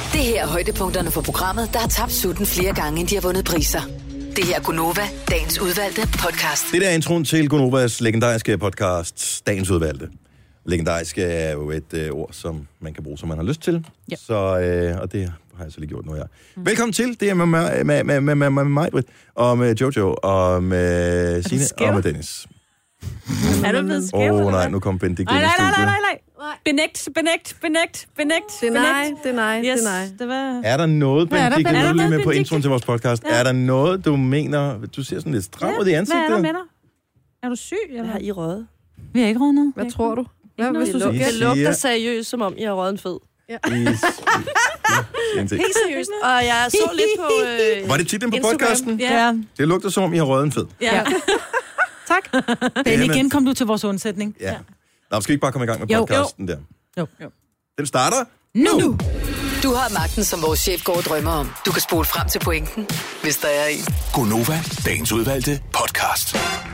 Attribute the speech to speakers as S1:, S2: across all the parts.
S1: Det her er højdepunkterne for programmet, der har tabt sutten flere gange, end de har vundet priser. Det her er Gunova, dagens udvalgte podcast.
S2: Det der er introen til Gunovas legendariske podcast, dagens udvalgte. Legendarisk er jo et ord, som man kan bruge, som man har lyst til. Ja. Så, og det har jeg så lige gjort nu her. Velkommen til. Det er med mig, Britt, og med Jojo, og med Signe, og med Dennis.
S3: Er du blevet skæv?
S2: Nej, nu kom Bendik.
S3: Nej. Benægt.
S4: Nej.
S3: Det var...
S2: Er der noget, Bendik,
S3: er der
S2: med
S3: noget,
S2: på introen til vores podcast? Ja. Er der noget, du mener... Du ser sådan lidt stram ud i ansigtet.
S3: Hvad er der med dig? Er du syg? Eller?
S4: Har I røget?
S3: Vi har ikke røget noget.
S4: Hvad tror du? Hvad hvis du
S2: siger?
S4: Det lugter seriøst, som om I har røget en fed. Ja.
S2: Helt
S4: seriøst. Og jeg så lidt på
S2: var det titlen på
S4: Instagram.
S2: podcasten?
S3: Ja.
S2: Det lugter som om, I har røget en fed.
S3: Ja. Tak. Ben, igen kom du til vores undsætning.
S2: Ja. Nå, skal vi ikke bare komme i gang med podcasten der?
S3: Jo.
S2: Den starter
S3: Nu!
S1: Du har magten, som vores chef går og drømmer om. Du kan spole frem til pointen, hvis der er en.
S5: Gunova, dagens udvalgte podcast.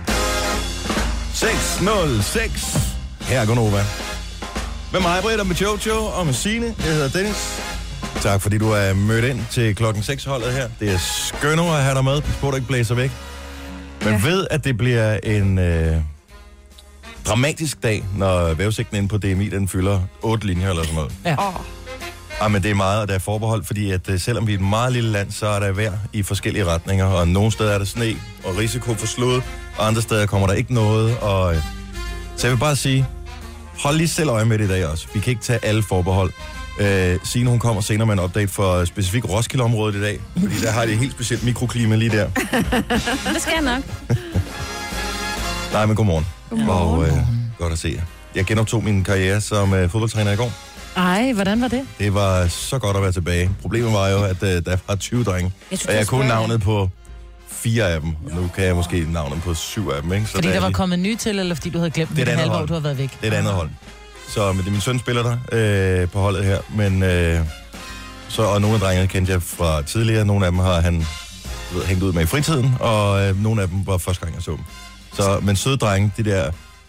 S2: 606. Her er Gunova. Med mig, Britt, og med Jojo, og med Signe. Jeg hedder Dennis. Tak, fordi du er mødt ind til klokken 6-holdet her. Det er skønnere at have dig med. Pas på, at du ikke blæser væk. Men ved, at det bliver en dramatisk dag, når vævesigten inde på DMI, den fylder 8 linjer eller sådan noget. Ja. Men det er meget, og der er forbehold, fordi at selvom vi er et meget lille land, så er der vejr i forskellige retninger, og nogle steder er der sne og risiko for slud, og andre steder kommer der ikke noget. Og så jeg vil bare sige, hold lige selv øje med det i dag også. Vi kan ikke tage alle forbehold. Signe, hun kommer senere med en update for specifikt Roskilde-området i dag, fordi der har det et helt specielt mikroklima lige der.
S3: Det skal jeg nok.
S2: Nej, men godmorgen. Og godt at se jer. Jeg genoptog min karriere som fodboldtræner i går.
S3: Ej, hvordan var det?
S2: Det var så godt at være tilbage. Problemet var jo, at der var 20 drenge, og jeg kunne navnet på 4 af dem. Og nu kan jeg måske navnet på 7 af dem. Ikke? Så
S3: fordi der var kommet nye til, eller fordi du havde glemt det halve år, du har været væk?
S2: Det er et andet hold. Så men det er min søn spiller der på holdet her, men og nogle af drengene kendte jeg fra tidligere. Nogle af dem har han hængt ud med i fritiden, og nogle af dem var første gang, jeg så dem. Så, men søde drenge, de der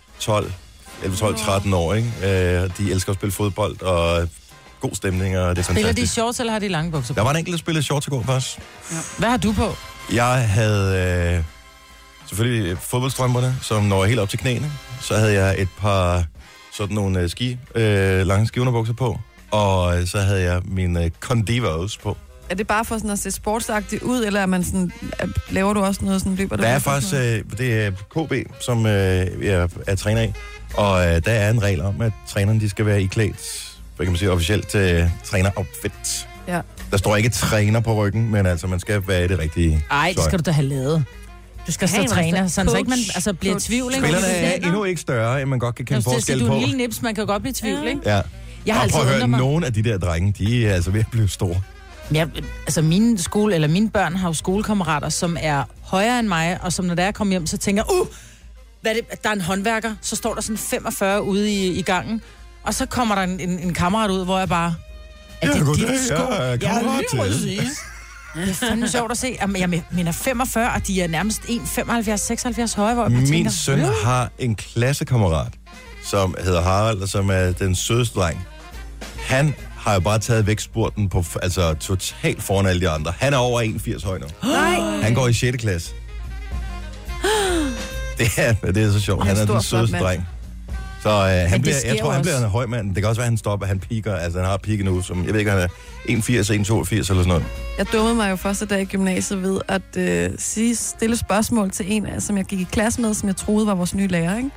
S2: 12-13 år, ikke? De elsker at spille fodbold, og god stemning, og det er fantastisk.
S3: Spiller de i shorts, eller har de lange bukser på?
S2: Der var en enkelt, der spillede shorts i går, faktisk.
S3: Ja. Hvad har du på?
S2: Jeg havde selvfølgelig fodboldstrømperne, som når helt op til knæene. Så havde jeg et par sådan nogle lange skiunderbukser på, og så havde jeg mine Condivos på.
S4: Er det bare for sådan at se sportsagtigt ud, eller er man sådan, laver du også noget sådan, løber du?
S2: Der er faktisk, det er KB, som jeg er træner af, og der er en regel om, at trænerne de skal være iklædt, hvad kan man sige, officielt træner-outfit. Ja. Der står ikke træner på ryggen, men altså man skal være i det rigtige
S3: Ej, det skal du da have lavet. Du skal stå træner, sådan så ikke man bliver i tvivl.
S2: Spillerne er endnu ikke større, end man godt kan kende forskel på.
S3: Du er en lille nips, man kan godt blive i tvivl, ikke?
S2: Ja.
S3: Jeg har
S2: og prøv at høre, nogle af de der drenge, de er altså ved at blive store.
S3: Ja, altså mine børn har jo skolekammerater, som er højere end mig, og som når der kommer hjem, så tænker hvad er det? Der er en håndværker, så står der sådan 45 ude i gangen, og så kommer der en kammerat ud, hvor jeg bare, er det dit sko? Det er fandme sjovt at se. Jeg mener 45, og de er nærmest 1,75-76 høje, hvor jeg bare
S2: Min søn har en klassekammerat, som hedder Harald, og som er den sødeste dreng. Han har jo bare taget vækstspurten på, altså totalt foran alle de andre. Han er over 1,80 høj nu.
S3: Nej.
S2: Han går i 6. klasse. Det er så sjovt. Han er den sødeste dreng. Så jeg tror, han bliver en høj mand. Det kan også være, at han stopper. Han piker. Altså, han har pikket nu, som jeg ved ikke, han er 1,80, 1,82 eller sådan noget.
S4: Jeg dummede mig jo første dag i gymnasiet ved at stille spørgsmål til en, som jeg gik i klasse med, som jeg troede var vores nye lærer, ikke?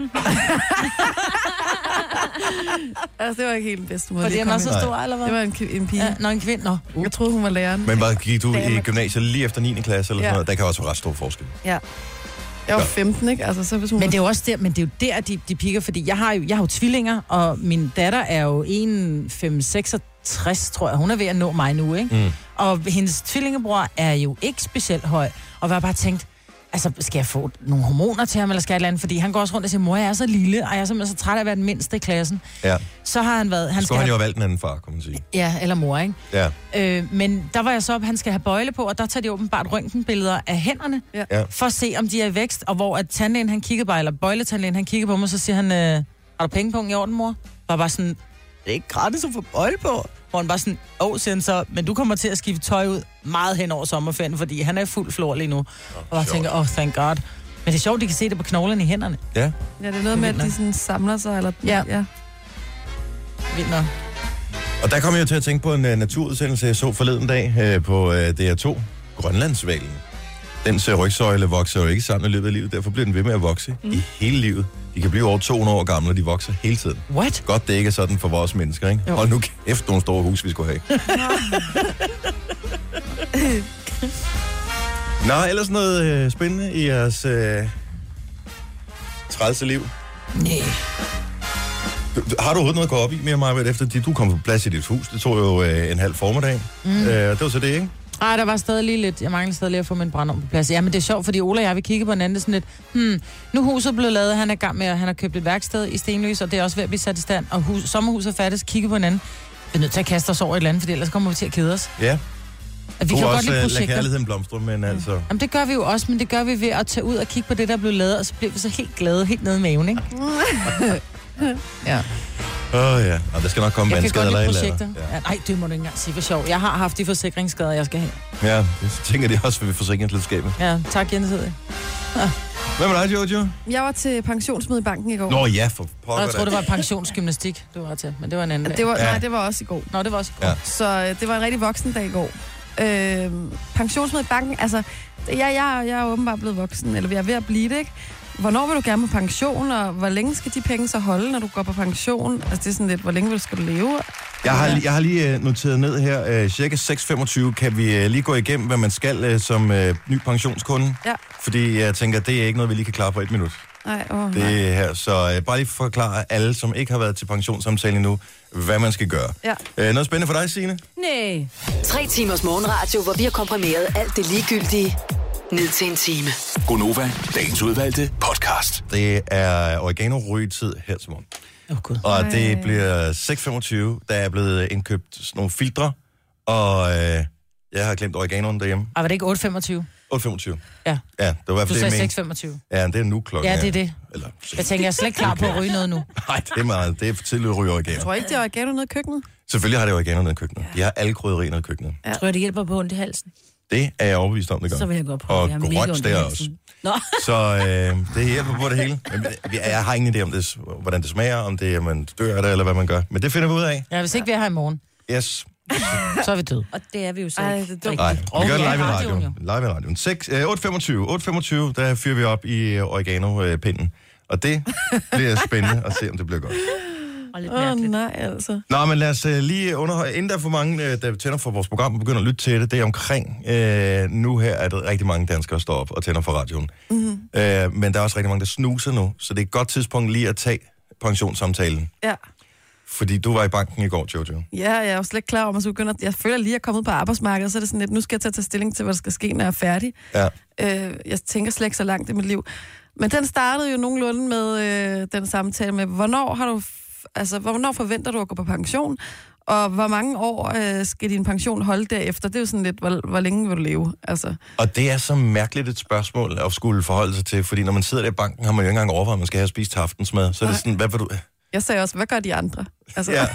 S4: Altså, det var ikke helt den bedste måde.
S3: Fordi han var så stor, eller hvad?
S4: Det var en pige.
S3: Ja, når en kvinde, nå.
S4: Jeg troede, hun var læreren.
S2: Men gik du i gymnasiet lige efter 9. klasse eller sådan noget? Der kan også være ret stor forskel.
S4: Ja. Jeg var 15, ikke? Altså, så hvis hun
S3: men det er jo også der, de piker, fordi jeg har jo tvillinger, og min datter er jo 1,566, tror jeg. Hun er ved at nå mig nu, ikke? Mm. Og hendes tvillingebror er jo ikke specielt høj, og jeg har bare tænkt, altså, skal jeg få nogle hormoner til ham, eller skal jeg et eller andet? Fordi han går også rundt og siger, mor, jeg er så lille, og jeg er simpelthen så træt af at være den mindste i klassen. Ja. Så har han været...
S2: Han jo have valgt en anden far, kan man sige.
S3: Ja, eller mor, ikke?
S2: Ja.
S3: Men der var jeg så op, han skal have bøjle på, og der tager de åbenbart røntgenbilleder af hænderne, for at se, om de er i vækst, og hvor at tandlægen, han kigger bare, eller bøjletandlægen, han kigger på mig, så siger han, har du pengepunkt i orden, mor? Og bare sådan, det er ikke gratis at få bøjle på. Hvor han bare sådan, siger han så, men du kommer til at skifte tøj ud meget hen over sommerferien, fordi han er fuld flor lige nu. Og jeg tænker, thank God. Men det er sjovt, de kan se det på knoglen i hænderne.
S2: Ja.
S4: Ja, det er noget med, at de sådan samler sig, eller...
S3: Ja.
S4: Vildt
S3: nok.
S2: Og der kom jeg til at tænke på en naturudsendelse, jeg så forleden dag på DR2, Grønlandsvalen. Dens rygsøjle vokser jo ikke sammen i løbet af livet, derfor bliver den ved med at vokse i hele livet. De kan blive over 200 år gamle, og de vokser hele tiden.
S3: What?
S2: Godt, det ikke er sådan for vores mennesker, ikke? Jo. Hold nu kæft, nogle store hus, vi skulle have. Nå, ellers noget spændende i jeres trælse liv?
S3: Nej.
S2: Har du overhovedet noget at gå op i mere, Maja, efter du kom på plads i dit hus? Det tog jo en halv formiddag. Det var så det, ikke?
S3: Nej, der var stadig lige lidt. Jeg manglede stadig lige at få min brændeovn på plads. Ja, men det er sjovt, fordi Ola og jeg, vi kigger på hinanden sådan lidt. Nu huset er blevet lavet, han er i gang med, han har købt et værksted i Stenløs, og det er også ved at blive sat i stand. Og sommerhuset er færdigt, kigger på hinanden. Vi er nødt til at kaste os over et eller andet, for ellers kommer vi til at kede os.
S2: Ja.
S3: At vi
S2: kan
S3: godt
S2: også lade kærligheden blomstre, men altså...
S3: Jamen, det gør vi jo også, men det gør vi ved at tage ud og kigge på det, der er blevet lavet, og så bliver vi så helt glade, helt nede i maven, ikke? Ja.
S2: Ja, og der skal nok komme vandskader eller et eller andet.
S3: Ja, nej, det må du ikke engang sige for sjov. Jeg har haft de forsikringsskader, jeg skal have.
S2: Ja, det tænker de også ved forsikringsselskabet.
S3: Ja, tak gensidigt. Ja.
S2: Hvad med dig, Jojo?
S4: Jeg var til pensionsmøde i banken i går.
S2: Nå ja, for pokker.
S3: Jeg tror det var pensionsgymnastik, du var til, men det var en anden dag.
S4: Nej, det var også i går.
S3: Nå, det var også i går.
S2: Ja.
S4: Så det var en rigtig voksen dag i går. Pensionsmøde i banken, altså, jeg er åbenbart blevet voksen, eller vi er ved at blive det, ikke? Hvornår vil du gerne på pension, og hvor længe skal de penge så holde, når du går på pension? Altså, det er sådan lidt, hvor længe skal du leve?
S2: Jeg har lige noteret ned her, cirka 6:25 kan vi lige gå igennem, hvad man skal som ny pensionskunde.
S4: Ja.
S2: Fordi jeg tænker, det er ikke noget, vi lige kan klare på 1 minut.
S4: Nej,
S2: det her. Så bare lige forklare alle, som ikke har været til pensionssamtale endnu, hvad man skal gøre.
S4: Ja.
S2: Noget spændende for dig, Signe?
S1: Nej. 3 timers morgenradio, hvor vi har komprimeret alt det ligegyldige ned til en time.
S5: Gonova, dagens udvalgte podcast.
S2: Det er oregano-rygetid her til morgen. Og det bliver 6:25, der er blevet indkøbt sådan nogle filtre, og jeg har glemt oreganoen derhjemme.
S3: Og var det ikke 8:25?
S2: 8:25.
S3: Ja.
S2: Ja, det var i hvert fald det,
S3: 6:25.
S2: Ja, det er nu klokken.
S3: Ja, det er det.
S2: Eller,
S3: jeg tænker, jeg er slet ikke klar på at ryge noget nu.
S2: Nej, det er meget. Det er for tidligt at ryge oregano.
S4: Jeg tror ikke, det er oregano nede i køkkenet.
S2: Selvfølgelig har det oregano nede i køkkenet. De har alle krydderier nede i køkkenet.
S6: Ja. Tror jeg, det hjælper på ondt i halsen?
S2: Det er jeg overbevist om, det gør.
S6: Så vil jeg gå på.
S2: Og grønt der også.
S6: Nå.
S2: Så det hjælper på det hele. Jeg har ingen idé om det, hvordan det smager, om det er, man dør af det, eller hvad man gør. Men det finder vi ud af.
S3: Ja, hvis ikke vi er her i morgen.
S2: Yes.
S3: Så er vi døde.
S6: Og det er vi jo så ikke.
S2: Nej, vi gør det live i radioen. Live i radioen. 8:25, der fyrer vi op i oregano-pinden. Og det bliver spændende at se, om det bliver godt.
S4: Nej, altså.
S2: Nå, men lad os lige underholde. Inden der er for mange, der tænder for vores program og begynder at lytte til det, det er omkring nu her, at rigtig mange danskere står op og tænder for radioen. Mm-hmm. Men der er også rigtig mange, der snuser nu, så det er et godt tidspunkt lige at tage pensionssamtalen.
S4: Ja.
S2: Fordi du var i banken i går, Jojo.
S4: Ja, jeg er jo slet ikke klar om, at jeg føler lige, at jeg er kommet på arbejdsmarkedet, så er det sådan lidt, nu skal jeg tage stilling til, hvad der skal ske, når jeg er færdig.
S2: Ja.
S4: Jeg tænker slet ikke så langt i mit liv. Men den startede jo nogenlunde med den samtale med, hvornår forventer du at gå på pension, og hvor mange år skal din pension holde derefter? Det er jo sådan lidt, hvor længe vil du leve? Altså. Og
S2: det er så mærkeligt et spørgsmål at skulle forholde sig til, fordi når man sidder der i banken, har man jo ikke engang overvejet, at man skal have spist aftensmad. Så er det sådan, hvad vil du...
S4: Jeg sagde også, hvad gør de andre? Altså, ja.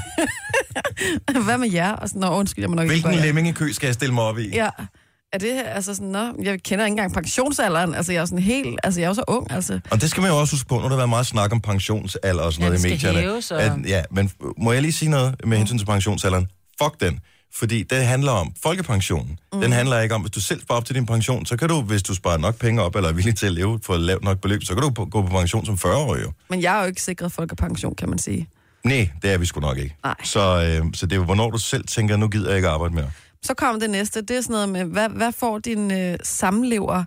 S4: Hvad med jer? Og sådan, undskyld, jeg må nok ikke
S2: hvilken lemmingekø skal jeg stille mig op i?
S4: Ja. Er det altså sådan, jeg kender ikke engang pensionsalderen. Altså, jeg er jo sådan helt, altså, jeg er jo så ung, altså. Og
S2: det skal man jo også huske på, når der har været meget snak om pensionsalder og sådan noget i medierne.
S3: Hæves,
S2: men må jeg lige sige noget med hensyn til pensionsalderen? Fuck den. Fordi det handler om folkepensionen. Den handler ikke om, hvis du selv sparer op til din pension, så kan du, hvis du sparer nok penge op, eller er villig til at leve for et lavt nok beløb, så kan du gå på pension som 40-årig jo.
S4: Men jeg er jo ikke sikret folkepension, kan man sige.
S2: Nej, det er vi sgu nok ikke.
S4: Nej.
S2: Så det er jo, hvornår du selv tænker, nu gider jeg ikke arbejde mere.
S4: Så kommer det næste. Det er sådan noget med, hvad får din samlever,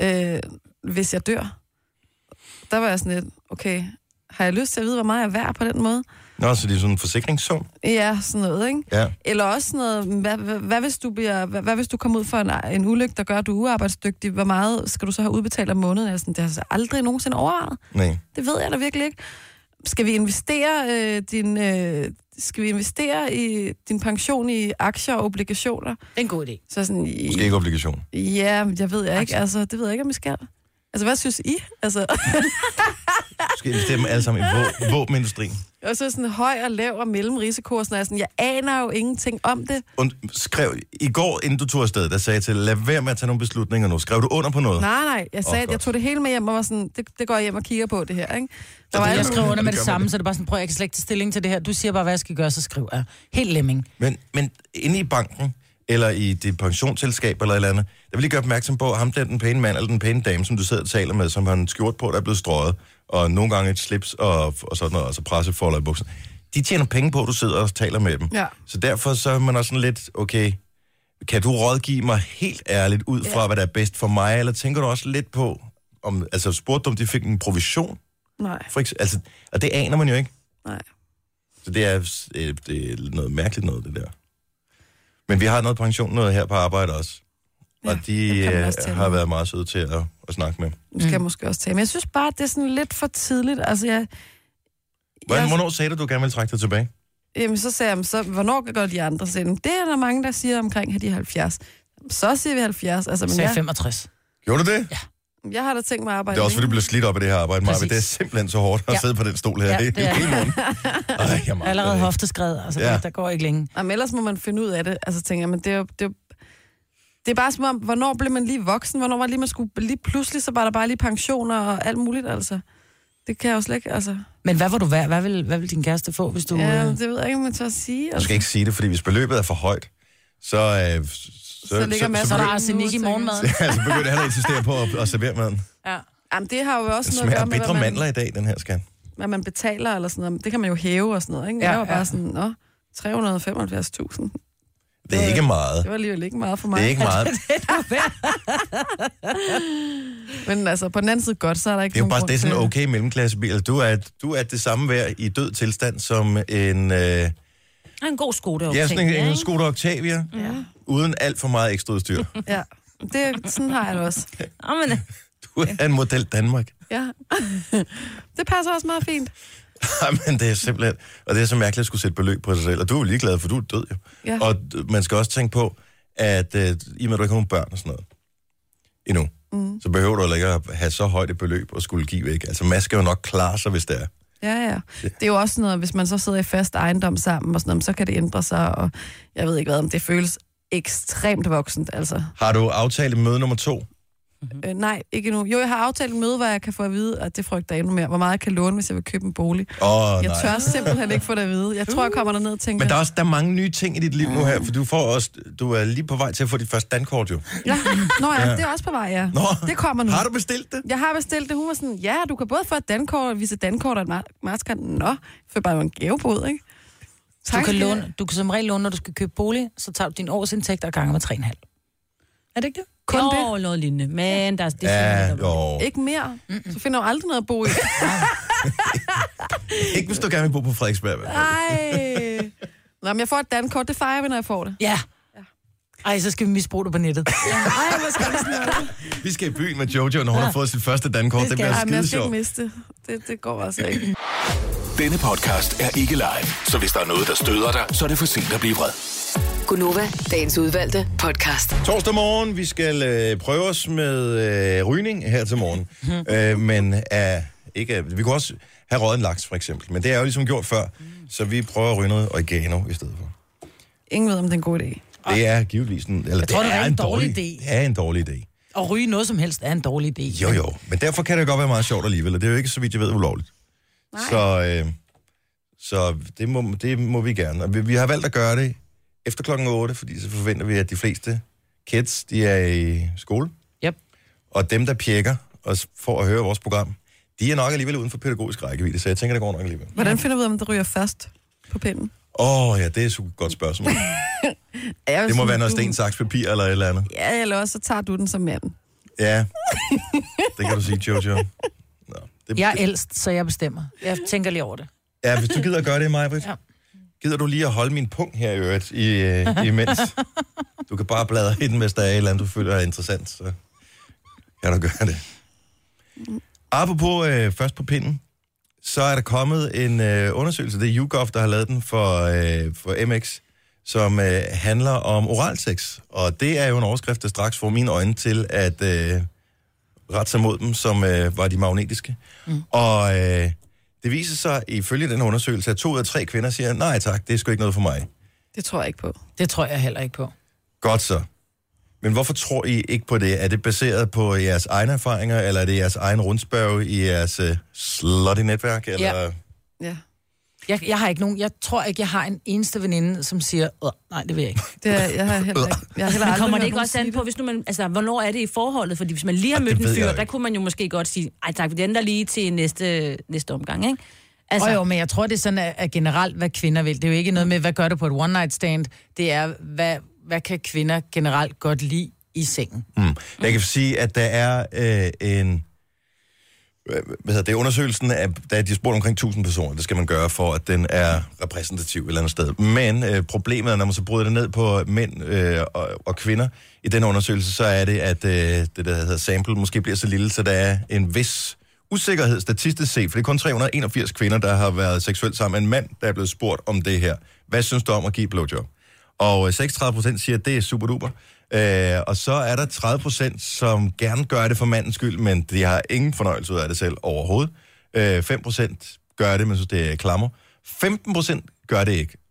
S4: hvis jeg dør? Der var jeg sådan lidt, okay, har jeg lyst til at vide, hvor meget jeg er værd på den måde?
S2: Nå, så det er sådan en forsikringssum?
S4: Ja, sådan noget, ikke?
S2: Ja.
S4: Eller også noget, hvad hvis du kommer ud for en ulykke, der gør, at du er uarbejdsdygtig? Hvor meget skal du så have udbetalt om måneden? Det har jeg så aldrig nogensinde overvejet.
S2: Nej.
S4: Det ved jeg da virkelig ikke. Skal vi investere i din pension i aktier og obligationer?
S3: Det er en god idé.
S4: Så sådan,
S2: måske ikke obligation.
S4: Ja, jeg ved ikke. Altså, det ved jeg ikke, om vi skal. Altså, hvad synes I? Altså...
S2: skal investere dem alle sammen i våbenindustrien.
S4: Og så sådan høj og lav og mellemrisiko, og sådan, jeg aner jo ingenting om det.
S2: Og skrev i går, inden du tog afsted, der sagde jeg til, lad være med at tage nogle beslutninger nu. Skrev du under på noget?
S4: Nej, jeg sagde, at jeg tog det hele med hjem, og var sådan, det går jeg hjem og kigger på det her, ikke?
S3: Jeg skriver under med det samme, så det er bare sådan, prøv, jeg kan slet ikke tage stilling til det her. Du siger bare, hvad jeg skal gøre, så skriver jeg. Helt lemming.
S2: Men inde i banken, eller i dit pensionsselskab eller et eller andet, der vil lige gøre opmærksom på, at ham den pæne mand eller den pæne dame, som du sidder og taler med, som har en skjort på, der er blevet strøget, og nogle gange et slips og sådan noget, altså pressefolder i buksen. De tjener penge på, at du sidder og taler med dem.
S4: Ja.
S2: Så derfor så er man også sådan lidt, okay, kan du rådgive mig helt ærligt ud fra, hvad der er bedst for mig, eller tænker du også lidt på, altså spurgte du, om de fik en provision?
S4: Nej.
S2: Altså, og det aner man jo ikke.
S4: Nej.
S2: Så det er noget mærkeligt noget, det der. Men vi har noget pension, noget her på arbejde også. Og de har været meget søde til at snakke med.
S4: Nu skal jeg måske også tage. Men jeg synes bare, det er sådan lidt for tidligt. Altså,
S2: Hvornår sagde du gerne ville trække dig tilbage?
S4: Jamen, så sagde jeg, hvornår gør de andre? Så det er der mange, der siger omkring, at de er 70. Så siger vi 70. Altså, men
S3: sagde 65.
S2: Gjorde du det?
S3: Ja.
S4: Jeg har da tænkt mig at arbejde.
S2: Det er også, fordi du bliver slidt op i det her arbejde, Marve. Det er simpelthen så hårdt at sidde på den stol her.
S3: Ja, det er
S2: hele morgen.
S3: Allerede hofteskred, altså der går ikke længe.
S4: Jamen, ellers må man finde ud af det. Altså, tænker jeg, men det er bare som om, hvornår blev man lige voksen? Hvornår var lige, man skulle lige pludselig, så var der bare lige pensioner og alt muligt, altså. Det kan jeg jo slet ikke, altså.
S3: Men hvad var du værd? Hvad vil din kæreste få, hvis du...
S4: Ja, det ved jeg ikke, om man tør at sige. Altså.
S2: Du skal ikke sige det, fordi hvis beløbet er for højt, så
S4: ligger masser
S3: der arsenik i morgenmaden.
S2: Ja, så begynder han at insistere på at servere maden.
S4: Ja. Jamen, det har jo også
S2: noget
S4: at gøre med,
S2: bedre mandler i dag, den her skat.
S4: Hvad man betaler eller sådan noget. Det kan man jo hæve og sådan noget, ikke? Jeg var bare sådan, 375.000.
S2: Det er ikke meget.
S4: Det var alligevel ikke meget for mig.
S2: Det er ikke meget.
S4: Men altså, på den anden side godt, så er der ikke
S2: det er jo
S4: nogen
S2: bare, det er sådan en okay mellemklassebil. Du er det samme værd i død tilstand som en...
S6: En god Skoda Octavia.
S2: Ja, sådan en Skoda Octavia.
S4: Ja.
S2: Uden alt for meget ekstra udstyr.
S4: Ja, sådan har jeg det også.
S6: Amen.
S2: Du er en model Danmark.
S4: Ja, det passer også meget fint.
S2: Men det er simpelthen... Og det er så mærkeligt at skulle sætte beløb på sig selv. Og du er jo ligeglad, for du er død jo.
S4: Ja.
S2: Og man skal også tænke på, at i og med, at du ikke har nogen børn og sådan noget endnu, så behøver du ikke at have så højt et beløb og skulle give væk. Altså, man skal jo nok klare sig, hvis det er.
S4: Ja. Det er jo også noget, hvis man så sidder i fast ejendom sammen og sådan noget, så kan det ændre sig, og jeg ved ikke hvad, om det føles ekstremt voksent, altså.
S2: Har du aftalt møde nummer 2?
S4: Nej, ikke nu. Jo, jeg har aftalt en møde, hvor jeg kan få at vide, at det frygter jeg endnu mere, hvor meget jeg kan låne, hvis jeg vil købe en bolig. Jeg tør simpelthen ikke få det at vide. Jeg tror, jeg kommer derned og tænker...
S2: Men der er mange nye ting i dit liv nu her, for du er lige på vej til at få dit første dankort, jo.
S4: Ja, det er også på vej, ja. Det kommer nu.
S2: Har du bestilt det?
S4: Jeg har bestilt det. Hun var sådan, ja, du kan både få et dankort, vise dankort og et mastercard. For bare en gavebod, ikke? Tak,
S3: du kan som regel låne, når du skal købe bolig, så tager du din årsindtægt og ganger med 3,5. Er det ikke det?
S6: Kun det? Noget lignende, men der er
S2: jo.
S4: Ikke mere. Så finder du aldrig noget at bo i.
S2: Ikke hvis du gerne vil bo på Frederiksberg.
S4: Nej. Nå, men jeg får et dankort, det fejrer vi, når jeg får det.
S3: Ja. Ej, så skal vi misbruge det på nettet.
S4: Ej, hvad skal det sådan noget?
S2: Vi skal i byen med Jojo, når hun har fået sit første dankort. Det bliver skide sjovt.
S4: Jeg skal ikke miste det går altså ikke.
S5: Denne podcast er ikke live, så hvis der er noget, der støder dig, så er det for sent at blive vred.
S1: Gunova, dagens udvalgte podcast.
S2: Torsdag morgen, vi skal prøve os med rygning her til morgen. Men ikke, vi kunne også have røget en laks, for eksempel. Men det er jo ligesom gjort før, så vi prøver at ryge noget oregano i stedet for.
S4: Ingen ved, om det er en god idé.
S2: Det er givetvis det er en dårlig idé. Det er en dårlig idé.
S3: At ryge noget som helst er en dårlig idé.
S2: Jo, men derfor kan det godt være meget sjovt alligevel, og det er jo ikke, så vidt jeg ved, ulovligt. Nej. Så det må vi gerne. Og vi har valgt at gøre det efter klokken 8, fordi så forventer vi, at de fleste kids, de er i skole.
S3: Yep.
S2: Og dem, der pjekker og får at høre vores program, de er nok alligevel uden for pædagogisk rækkevidde, så jeg tænker, det går nok alligevel.
S4: Hvordan finder vi ud af, om det ryger først på pinden?
S2: Ja, det er et godt spørgsmål. Det må være noget sten, saks, papir eller et eller andet.
S4: Ja, eller også så tager du den som mand.
S2: Ja, det kan du sige, Jojo.
S3: Jeg er ældst, så jeg bestemmer. Jeg tænker lige over det.
S2: Ja, hvis du gider at gøre det, Maj-Brit. Ja. Gider du lige at holde min punkt her i øvrigt, imens? Du kan bare bladre i den, hvis der er et eller andet, du føler er interessant, så kan du gøre det. Apropos først på pinden, så er der kommet en undersøgelse, det er YouGov, der har lavet den for MX, som handler om oralsex. Og det er jo en overskrift, der straks får mine øjne til at ret sig mod dem, som var de magnetiske. Og det viser sig, ifølge den undersøgelse, at 2 ud af 3 kvinder siger, nej tak, det er sgu ikke noget for mig.
S4: Det tror jeg ikke på.
S3: Det tror jeg heller ikke på.
S2: Godt så. Men hvorfor tror I ikke på det? Er det baseret på jeres egne erfaringer, eller er det jeres egen rundspørg i jeres slutty-netværk? Eller?
S4: Ja.
S3: Jeg har ikke nogen... Jeg tror ikke, jeg har en eneste veninde, som siger, nej, det vil jeg ikke.
S4: Jeg har heller ikke. Jeg har heller
S6: Men
S4: aldrig
S6: kommer det
S4: hørt
S6: ikke
S4: nogen
S6: også an
S4: sige
S6: på, hvis nu man, altså, hvornår er det i forholdet? Fordi hvis man lige har mødt en fyr, der kunne man jo måske godt sige, ej tak, vi ændrer lige til næste omgang, ikke?
S3: Altså... Jo, men jeg tror, det er sådan at generelt, hvad kvinder vil. Det er jo ikke noget med, hvad gør du på et one-night stand? Det er, hvad kan kvinder generelt godt lide i sengen?
S2: Jeg kan sige, at der er det er undersøgelsen, da de spurgte omkring 1000 personer. Det skal man gøre, for at den er repræsentativ et eller andet sted. Men problemet er, når man så bryder det ned på mænd og kvinder i den undersøgelse, så er det, at det, der hedder sample, måske bliver så lille, så der er en vis usikkerhed statistisk set. For det er kun 381 kvinder, der har været seksuelt sammen med en mand, der er blevet spurgt om det her. Hvad synes du om at give blowjob? Og 36% siger, at det er super duper. Og så er der 30%, som gerne gør det for mandens skyld, men de har ingen fornøjelse ud af det selv overhovedet. 5% gør det, men synes, det er klammer. 15% gør det ikke.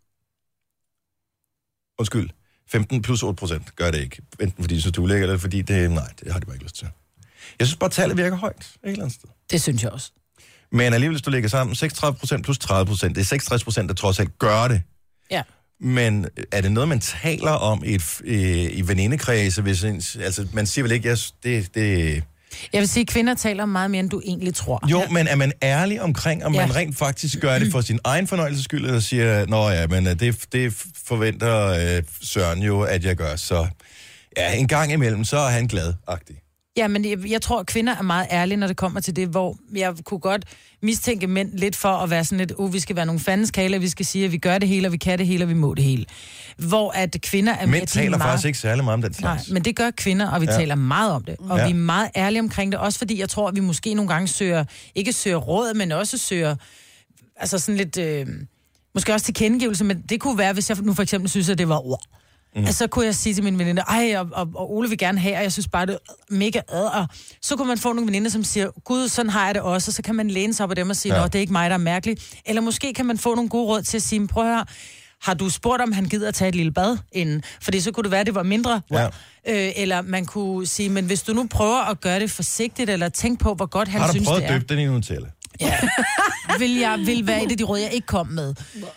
S2: Undskyld. 15 plus 8% gør det ikke. Enten fordi de synes, det er ulækkert, eller fordi det har de bare ikke lyst til. Jeg synes bare, tallet virker højt et eller andet sted.
S3: Det synes jeg også.
S2: Men alligevel, hvis du lægger sammen, 36% plus 30%, det er 66%, der trods alt gør det.
S3: Ja.
S2: Men er det noget, man taler om i venindekredse? Altså, man siger vel ikke, det...
S3: Jeg vil sige, at kvinder taler meget mere, end du egentlig tror.
S2: Jo, men er man ærlig omkring, om man rent faktisk gør det for sin egen fornøjelses skyld, eller siger, nå ja, men det forventer Søren jo, at jeg gør, så ja, en gang imellem, så er han glad-agtig.
S3: Ja, men jeg tror, at kvinder er meget ærlige, når det kommer til det, hvor jeg kunne godt mistænke mænd lidt for at være sådan lidt, vi skal være nogle fandenskaler, vi skal sige, at vi gør det hele, og vi kan det hele, og vi må det hele. Hvor at kvinder er
S2: mænd taler faktisk ikke særlig meget om den slags.
S3: Nej, men det gør kvinder, og vi taler meget om det. Og vi er meget ærlige omkring det, også fordi jeg tror, at vi måske nogle gange ikke søger råd, men også søger, altså sådan lidt, måske også tilkendegivelse, men det kunne være, hvis jeg nu for eksempel synes, at det var så kunne jeg sige til min veninde, og Ole vil gerne have, og jeg synes bare, det er mega og så kunne man få nogle veninder, som siger, gud, sådan har jeg det også, og så kan man læne sig op af dem og sige, nå, det er ikke mig, der er mærkelig. Eller måske kan man få nogle gode råd til at sige, prøv at høre, har du spurgt, om han gider at tage et lille bad inden? Fordi så kunne det være, at det var mindre. Ja. Eller man kunne sige, men hvis du nu prøver at gøre det forsigtigt, eller tænk på, hvor godt han synes, det er.
S2: Har du prøvet at døbe den i Nutella?
S3: Ja, vil være et af de råd, jeg ikke kom med.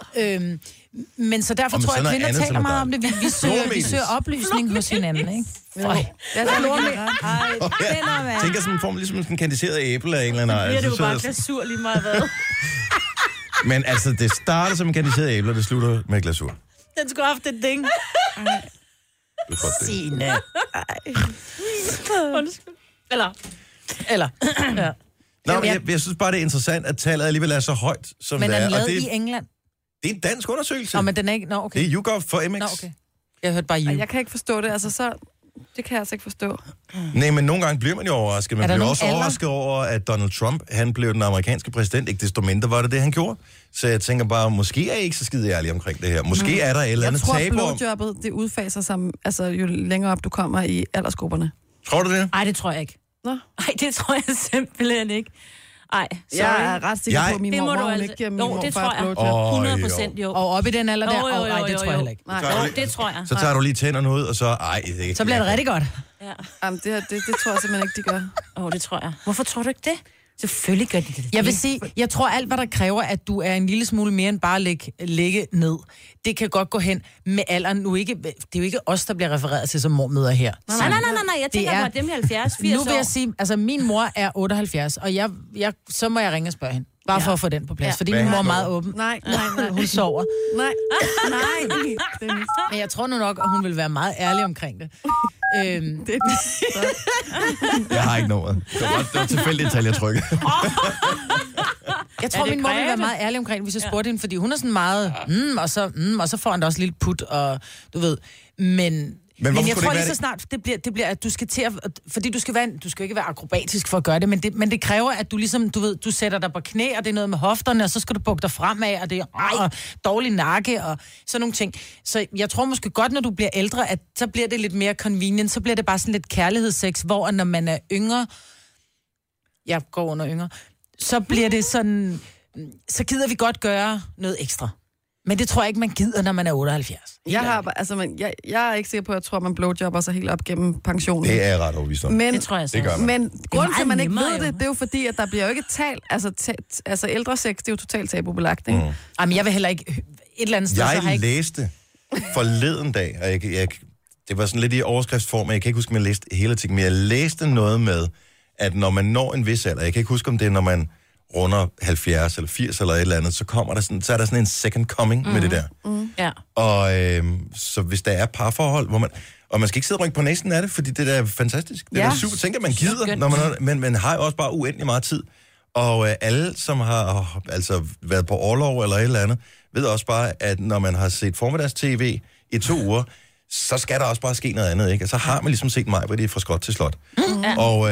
S3: Men så derfor tror jeg, at kvinder taler meget om det. Vi søger oplysning hos hinanden, ikke?
S2: Tænker sådan en form, ligesom en kandiseret æble af en eller anden art.
S6: Det er jo bare glasur lige meget hvad.
S2: Men altså, det starter som en kandiseret æble, og det slutter med glasur.
S6: Den skulle have haft et ding.
S3: Signe.
S6: Undskyld. Eller.
S3: Ja.
S2: Nå, jeg synes bare, det er interessant, at tallet alligevel er så højt, som det er.
S3: Men er den lavet i England?
S2: Det er en dansk undersøgelse.
S3: Nå, men den er ikke... Nå, okay.
S2: Det er YouGov for MX.
S3: Nå, okay. Jeg hørte bare
S4: Jeg kan ikke forstå det, altså det kan jeg altså ikke forstå.
S2: Nej, men nogle gange bliver man jo overrasket. Man bliver også overrasket over, at Donald Trump, han blev den amerikanske præsident. Ikke desto mindre var det han gjorde. Så jeg tænker bare, måske er jeg ikke så skide ærlig omkring det her. Måske er der et eller andet tabu.
S4: Jeg tror, blowjobbet, det udfaser sig, altså jo længere op du kommer i aldersgrupperne.
S2: Tror du det?
S6: Nej, det tror jeg ikke.
S4: Nå?
S6: Nej, det tror jeg simpelthen ikke. Ej,
S4: jeg er ret sikker på, at min mor ikke giver min morfar et blowjob.
S6: 100% jo.
S3: Og op i den alder der? Nej, det tror jeg heller ikke.
S6: Nej, det tror jeg.
S2: Så tager du lige tænderne ud, og så...
S3: Så bliver det rigtig godt.
S4: Ja. Jamen, det tror jeg simpelthen ikke, de gør.
S6: Det tror jeg. Hvorfor tror du ikke det? Selvfølgelig gør de det.
S3: Jeg vil sige, jeg tror alt, hvad der kræver, at du er en lille smule mere end bare lægge ned, det kan godt gå hen med alderen. Nu ikke, det er jo ikke os, der bliver refereret til som mormødre her.
S6: Nej, jeg tænker på, at dem 70, 80
S3: år. Nu vil jeg sige, altså min mor er 78, og så må jeg ringe og spørge hende. Bare for at få den på plads, fordi min mor er meget åben.
S4: Nej.
S3: Hun sover.
S4: Nej.
S3: Men jeg tror nu nok, at hun vil være meget ærlig omkring det.
S2: Jeg har ikke noget. Det var tilfældigt tal, jeg trykkede.
S3: Jeg tror, min mor vil være meget ærlig omkring det, hvis jeg spurgte hende, fordi hun er sådan meget, og så får han da også lidt put, og du ved, men jeg tror lige så snart, det bliver, at du skal til at... Fordi du skal ikke være akrobatisk for at gøre det, men det kræver, at du ligesom, du ved, du sætter dig på knæ, og det er noget med hofterne, og så skal du bukke dig fremad, og det er dårlig nakke, og sådan nogle ting. Så jeg tror måske godt, når du bliver ældre, at så bliver det lidt mere convenient, så bliver det bare sådan lidt kærlighedssex, hvor når man er yngre, jeg går under yngre, så bliver det sådan, så gider vi godt gøre noget ekstra. Men det tror jeg ikke, man gider, når man er 78.
S4: Jeg er ikke sikker på, at jeg tror, man blowjobber sig helt op gennem pensionen.
S2: Det er jeg ret overbevist om.
S4: Men,
S6: det tror jeg så.
S2: Det gør man.
S4: Men grunden til, at man ikke
S6: nemmere,
S4: ved det, det er jo fordi, at der bliver jo ikke talt. Altså ældresex, det er jo totalt tabubelagt, ikke?
S3: Jamen, jeg vil heller ikke... Et eller andet sted, så har
S2: Jeg læste forleden dag, og det var sådan lidt i overskriftsform, men jeg kan ikke huske, om jeg læste hele artiklen, men jeg læste noget med, at når man når en vis alder, jeg kan ikke huske, om det er, når man runder 70 eller 80 eller et eller andet, så er der sådan en second coming med det der.
S6: Ja.
S2: Og så hvis der er parforhold, hvor man... Og man skal ikke sidde og rynke på næsen af det, fordi det der er fantastisk. Det er super. Tænker man gider, når man, men har jo også bare uendelig meget tid. Og alle, som har altså været på orlov eller et eller andet, ved også bare, at når man har set formiddags-tv i 2 uger, så skal der også bare ske noget andet, ikke? Og så har man ligesom set mig, hvor det er fra skot til slot. Og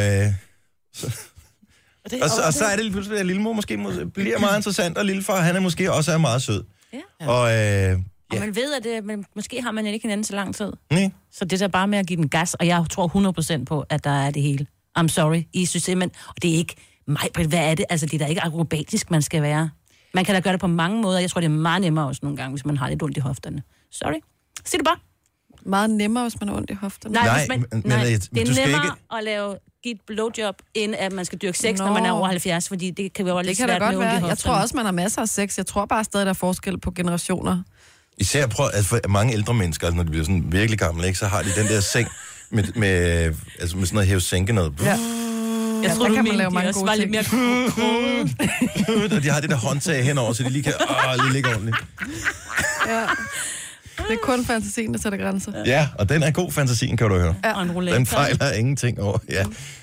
S2: så er det lige pludselig, at lillemor måske bliver meget interessant, og lillefar, han er måske også meget sød.
S6: Ja.
S2: Og
S6: man ved, at men måske har man ikke hinanden så lang tid.
S2: Nej.
S6: Så det er bare med at give den gas, og jeg tror 100% på, at der er det hele. I'm sorry, I synes simpelthen, og det er ikke mig, hvad er det? Altså, det er da ikke akrobatisk, man skal være. Man kan da gøre det på mange måder. Jeg tror, det er meget nemmere også nogle gange, hvis man har lidt ondt i hofterne. Sorry. Sig det bare.
S4: Meget nemmere, hvis man har ondt i hofterne.
S6: Nej,
S2: men
S6: det er nemmere at give et blowjob, end at man skal dyrke sex, når man er over 70, fordi det kan være lidt svært med ondt i hofterne.
S4: Jeg tror også, man har masser af sex. Jeg tror bare stadig, der er forskel på generationer.
S2: Især for mange ældre mennesker, altså når de bliver sådan virkelig gamle, ikke, så har de den der seng med sådan noget hæve-sænke noget.
S4: Ja.
S6: Jeg tror,
S4: der kan
S6: man
S4: lave mange gode ting.
S6: Lidt mere kroget.
S2: Og de har det der håndtag henover, så de lige kan lige ligge ordentligt.
S4: Ja. Det er kun fantasien, der sætter grænser.
S2: Ja, og den er god fantasien, kan du høre.
S6: Ja. Og en roulette.
S2: Den fejler ingenting over. Ja.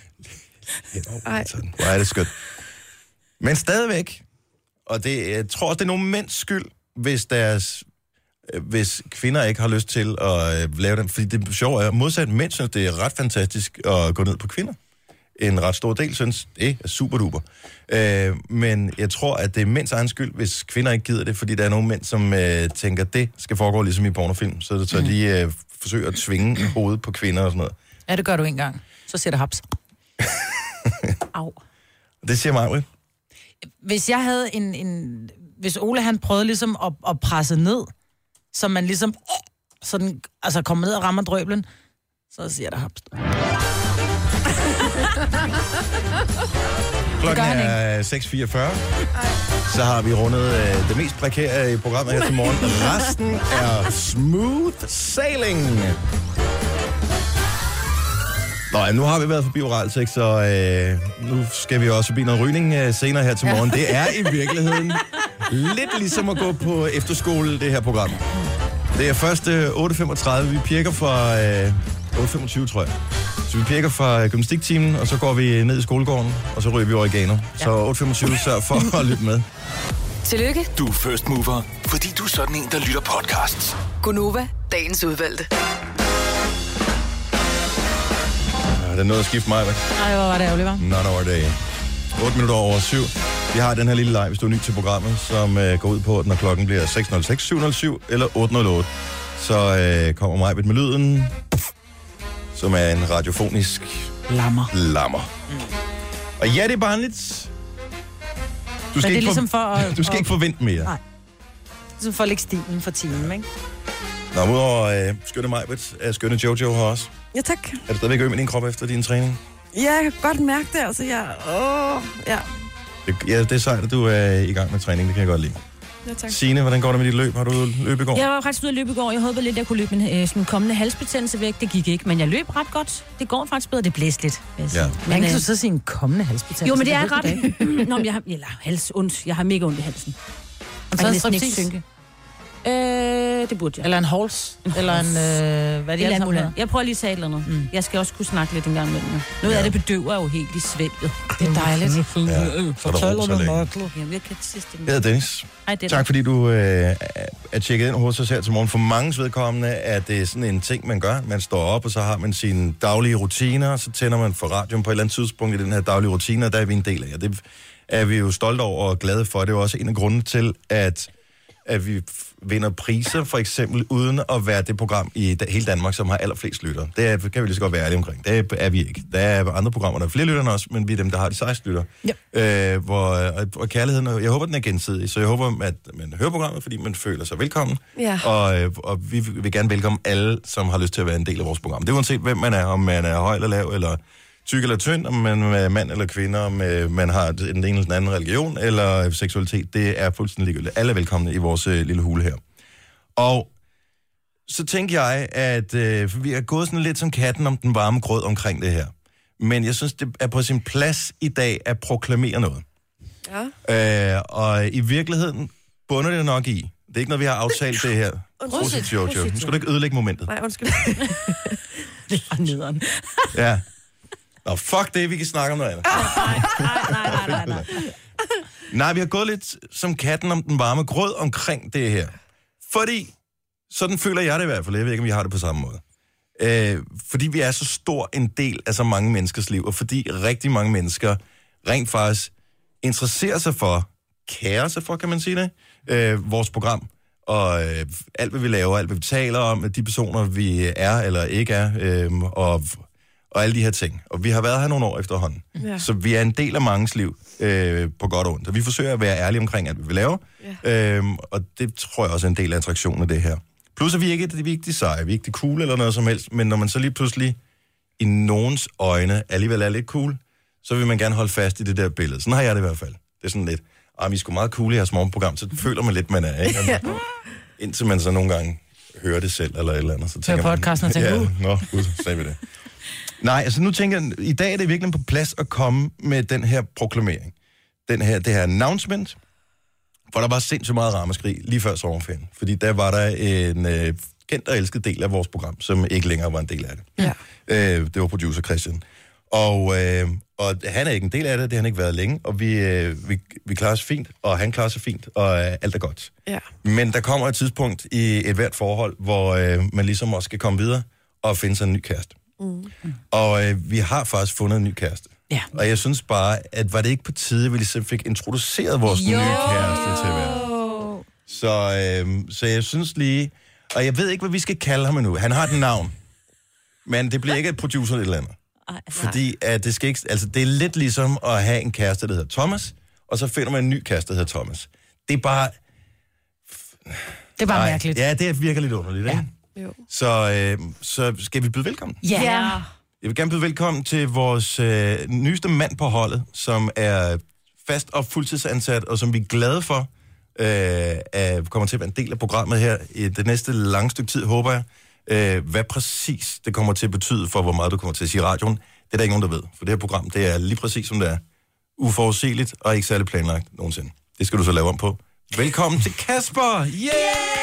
S2: Hvor er det skønt. Men stadigvæk, og jeg tror også, det er nogle mænds skyld, hvis kvinder ikke har lyst til at lave den. Fordi det sjove er, modsat mænd synes, det er ret fantastisk at gå ned på kvinder. En ret stor del synes, det er super duper. Men jeg tror, at det er mænds egen skyld, hvis kvinder ikke gider det, fordi der er nogle mænd, som tænker, det skal foregå ligesom i pornofilm. Så de forsøger at tvinge hovedet på kvinder og sådan noget.
S3: Ja, det gør du en gang. Så siger det haps.
S6: Au.
S2: Det siger mig,
S3: Hvis jeg havde hvis Ole han prøvede ligesom at presse ned, så man ligesom sådan, altså kommer ned og rammer drøblen, så siger det haps.
S2: Klokken er 6:44. Så har vi rundet det mest prekære i programmet her til morgen. Resten er smooth sailing. Nå, nu har vi været forbi Oralsex, så nu skal vi også forbi noget rygning senere her til morgen. Det er i virkeligheden lidt ligesom at gå på efterskole, det her program. Det er først 8:35. Vi pirker fra 8:25, tror jeg. Så vi pirker fra gymnastiktimen, og så går vi ned i skolegården, og så ryger vi oregano. Så 8:25, sørg for at lytte med.
S1: Tillykke,
S5: Du er first mover, fordi du er sådan en, der lytter podcasts.
S1: Gunova, dagens udvalgte.
S2: Det er noget at skifte mig, hvad?
S3: Nej, hvor var det ærgerligt, hva'?
S2: Not our day. 8 minutter over 7. Vi har den her lille leg, hvis du er ny til programmet, som går ud på, at når klokken bliver 6:06, 7:07 eller 8:08, så kommer mig med lyden, som er en radiofonisk lammer. Og ja, det er barnligt. Du skal,
S3: det er
S2: ikke,
S3: ligesom for
S2: du skal ikke forvente mere.
S3: Nej. Ligesom for at lægge stilen for timen, ikke?
S2: Nå, udover skønne Majbet, er skønne Jojo her også.
S4: Ja, tak.
S2: Er du stadigvæk øm med din krop efter din træning?
S4: Ja, jeg kan godt mærke det, altså.
S2: Det er sejt, at du er i gang med træning, det kan jeg godt lide.
S4: Ja, tak.
S2: Signe, hvordan går det med dit løb? Har du løbet i går?
S6: Jeg var faktisk ude at løbe i går. Jeg håbede lidt, at jeg kunne løbe min sådan kommende halsbetændelse væk. Det gik ikke, men jeg løb ret godt. Det går faktisk bedre. Det blæste lidt.
S2: Ja.
S3: Men kan du så sige en kommende halsbetændelse?
S6: Jo, men det er ret. Nå, men jeg har halsondt. Jeg har mega ondt i halsen.
S3: Og
S6: så
S3: så
S6: ikke synke. Det burde jeg.
S3: Eller en hals. Eller en... hvad er det
S6: andet? Jeg prøver lige at tage et eller andet. Jeg skal også kunne snakke lidt en gang med den. Noget af det bedøver jo helt i svælget.
S3: Det er dejligt.
S2: Fortæller du noget?
S6: Jamen, jeg kan sidst.
S2: Jeg hedder Dennis.
S6: Hej, Dennis.
S2: Tak fordi du er tjekket ind hos os her til morgen. For manges vedkommende er det sådan en ting, man gør. Man står op, og så har man sine daglige rutiner, og så tænder man for radioen på et eller andet tidspunkt i den her daglige rutine, og der er vi en del af. Og det er vi jo stolte over og glade for. Det er jo også en af grundene til, at vi vinder priser, for eksempel, uden at være det program i hele Danmark, som har allerflest lyttere. Det kan vi lige så godt være ærlige omkring. Det er vi ikke. Der er andre programmer, der er flere lyttere end os, men vi er dem, der har de 16 lyttere. Yep. Hvor kærligheden, jeg håber, den er gensidig, så jeg håber, at man hører programmet, fordi man føler sig velkommen. Ja. Og vi vil gerne velkomme alle, som har lyst til at være en del af vores program. Det er uanset, hvem man er, om man er høj eller lav, eller tyk eller tynd, om man er mand eller kvinde, om man har den ene eller den anden religion, eller seksualitet. Det er fuldstændig ligegyldigt. Alle er velkomne i vores lille hule her. Og så tænker jeg, at vi er gået sådan lidt som katten om den varme grød omkring det her. Men jeg synes, det er på sin plads i dag at proklamere noget. Ja. Og i virkeligheden bunder det nok i. Det er ikke noget, vi har aftalt det her. Jojo. Nu skal du ikke ødelægge momentet.
S4: Nej, undskyld.
S6: Det var nederen.
S2: Ja. Nå, fuck det, vi kan snakke om noget andet. Nej. Nej, vi har gået lidt som katten om den varme grød omkring det her. Fordi, sådan føler jeg det i hvert fald. Jeg ved ikke, om vi har det på samme måde. Fordi vi er så stor en del af så mange menneskers liv, og fordi rigtig mange mennesker rent faktisk interesserer sig for, kærer sig for, kan man sige det, vores program. Og alt, hvad vi laver, alt, hvad vi taler om, de personer, vi er eller ikke er, og alle de her ting. Og vi har været her nogle år efterhånden. Ja. Så vi er en del af manges liv, på godt og ondt. Og vi forsøger at være ærlige omkring alt, hvad vi laver. Ja. Og det tror jeg også er en del af attraktionen af det her. Plus er vi ikke de seje, vi er ikke de cool eller noget som helst, men når man så lige pludselig i nogens øjne alligevel er lidt cool, så vil man gerne holde fast i det der billede. Sådan har jeg det i hvert fald. Det er sådan lidt, vi er sgu meget cool i jeres morgenprogram, så føler man lidt, man er, ikke? Ja. Indtil man så nogle gange hører det selv, eller et eller andet. Så tænker
S3: man, podcasten og tænker,
S2: nå, gud, så sagde vi det. Nej, altså nu tænker jeg, i dag er det virkelig på plads at komme med den her proklamering. Det her announcement, for der var sindssygt meget ramaskrig lige før sommerferien. Fordi der var der en kendt og elsket del af vores program, som ikke længere var en del af det. Ja. Det var producer Christian. Og han er ikke en del af det, det har han ikke været længe, og vi klarer os fint, og han klarer sig fint, og alt er godt. Ja. Men der kommer et tidspunkt i et hvert forhold, hvor man ligesom også skal komme videre og finde sig en ny kæreste. Og vi har faktisk fundet en ny kæreste. Ja. Og jeg synes bare, at var det ikke på tide, at vi ligesom fik introduceret vores nye kæreste til hver. Så jeg synes lige, og jeg ved ikke, hvad vi skal kalde ham endnu. Han har et navn, men det bliver ikke et producer eller et eller andet. Fordi at det skal ikke, altså det er lidt ligesom at have en kæreste, der hedder Thomas, og så finder man en ny kæreste, der hedder Thomas. Det er bare...
S3: Det er bare mærkeligt.
S2: Ja, det virker lidt underligt, ikke? Jo. Så skal vi byde velkommen?
S3: Ja. Yeah.
S2: Jeg vil gerne byde velkommen til vores nyeste mand på holdet, som er fast og fuldtidsansat, og som vi er glade for, kommer til at være en del af programmet her i det næste lange stykke tid, håber jeg. Hvad præcis det kommer til at betyde for, hvor meget du kommer til at sige i radioen, det er der ikke nogen, der ved. For det her program, det er lige præcis som det er. Uforudsigeligt og ikke særlig planlagt nogensinde. Det skal du så lave om på. Velkommen til Kasper! Yeah!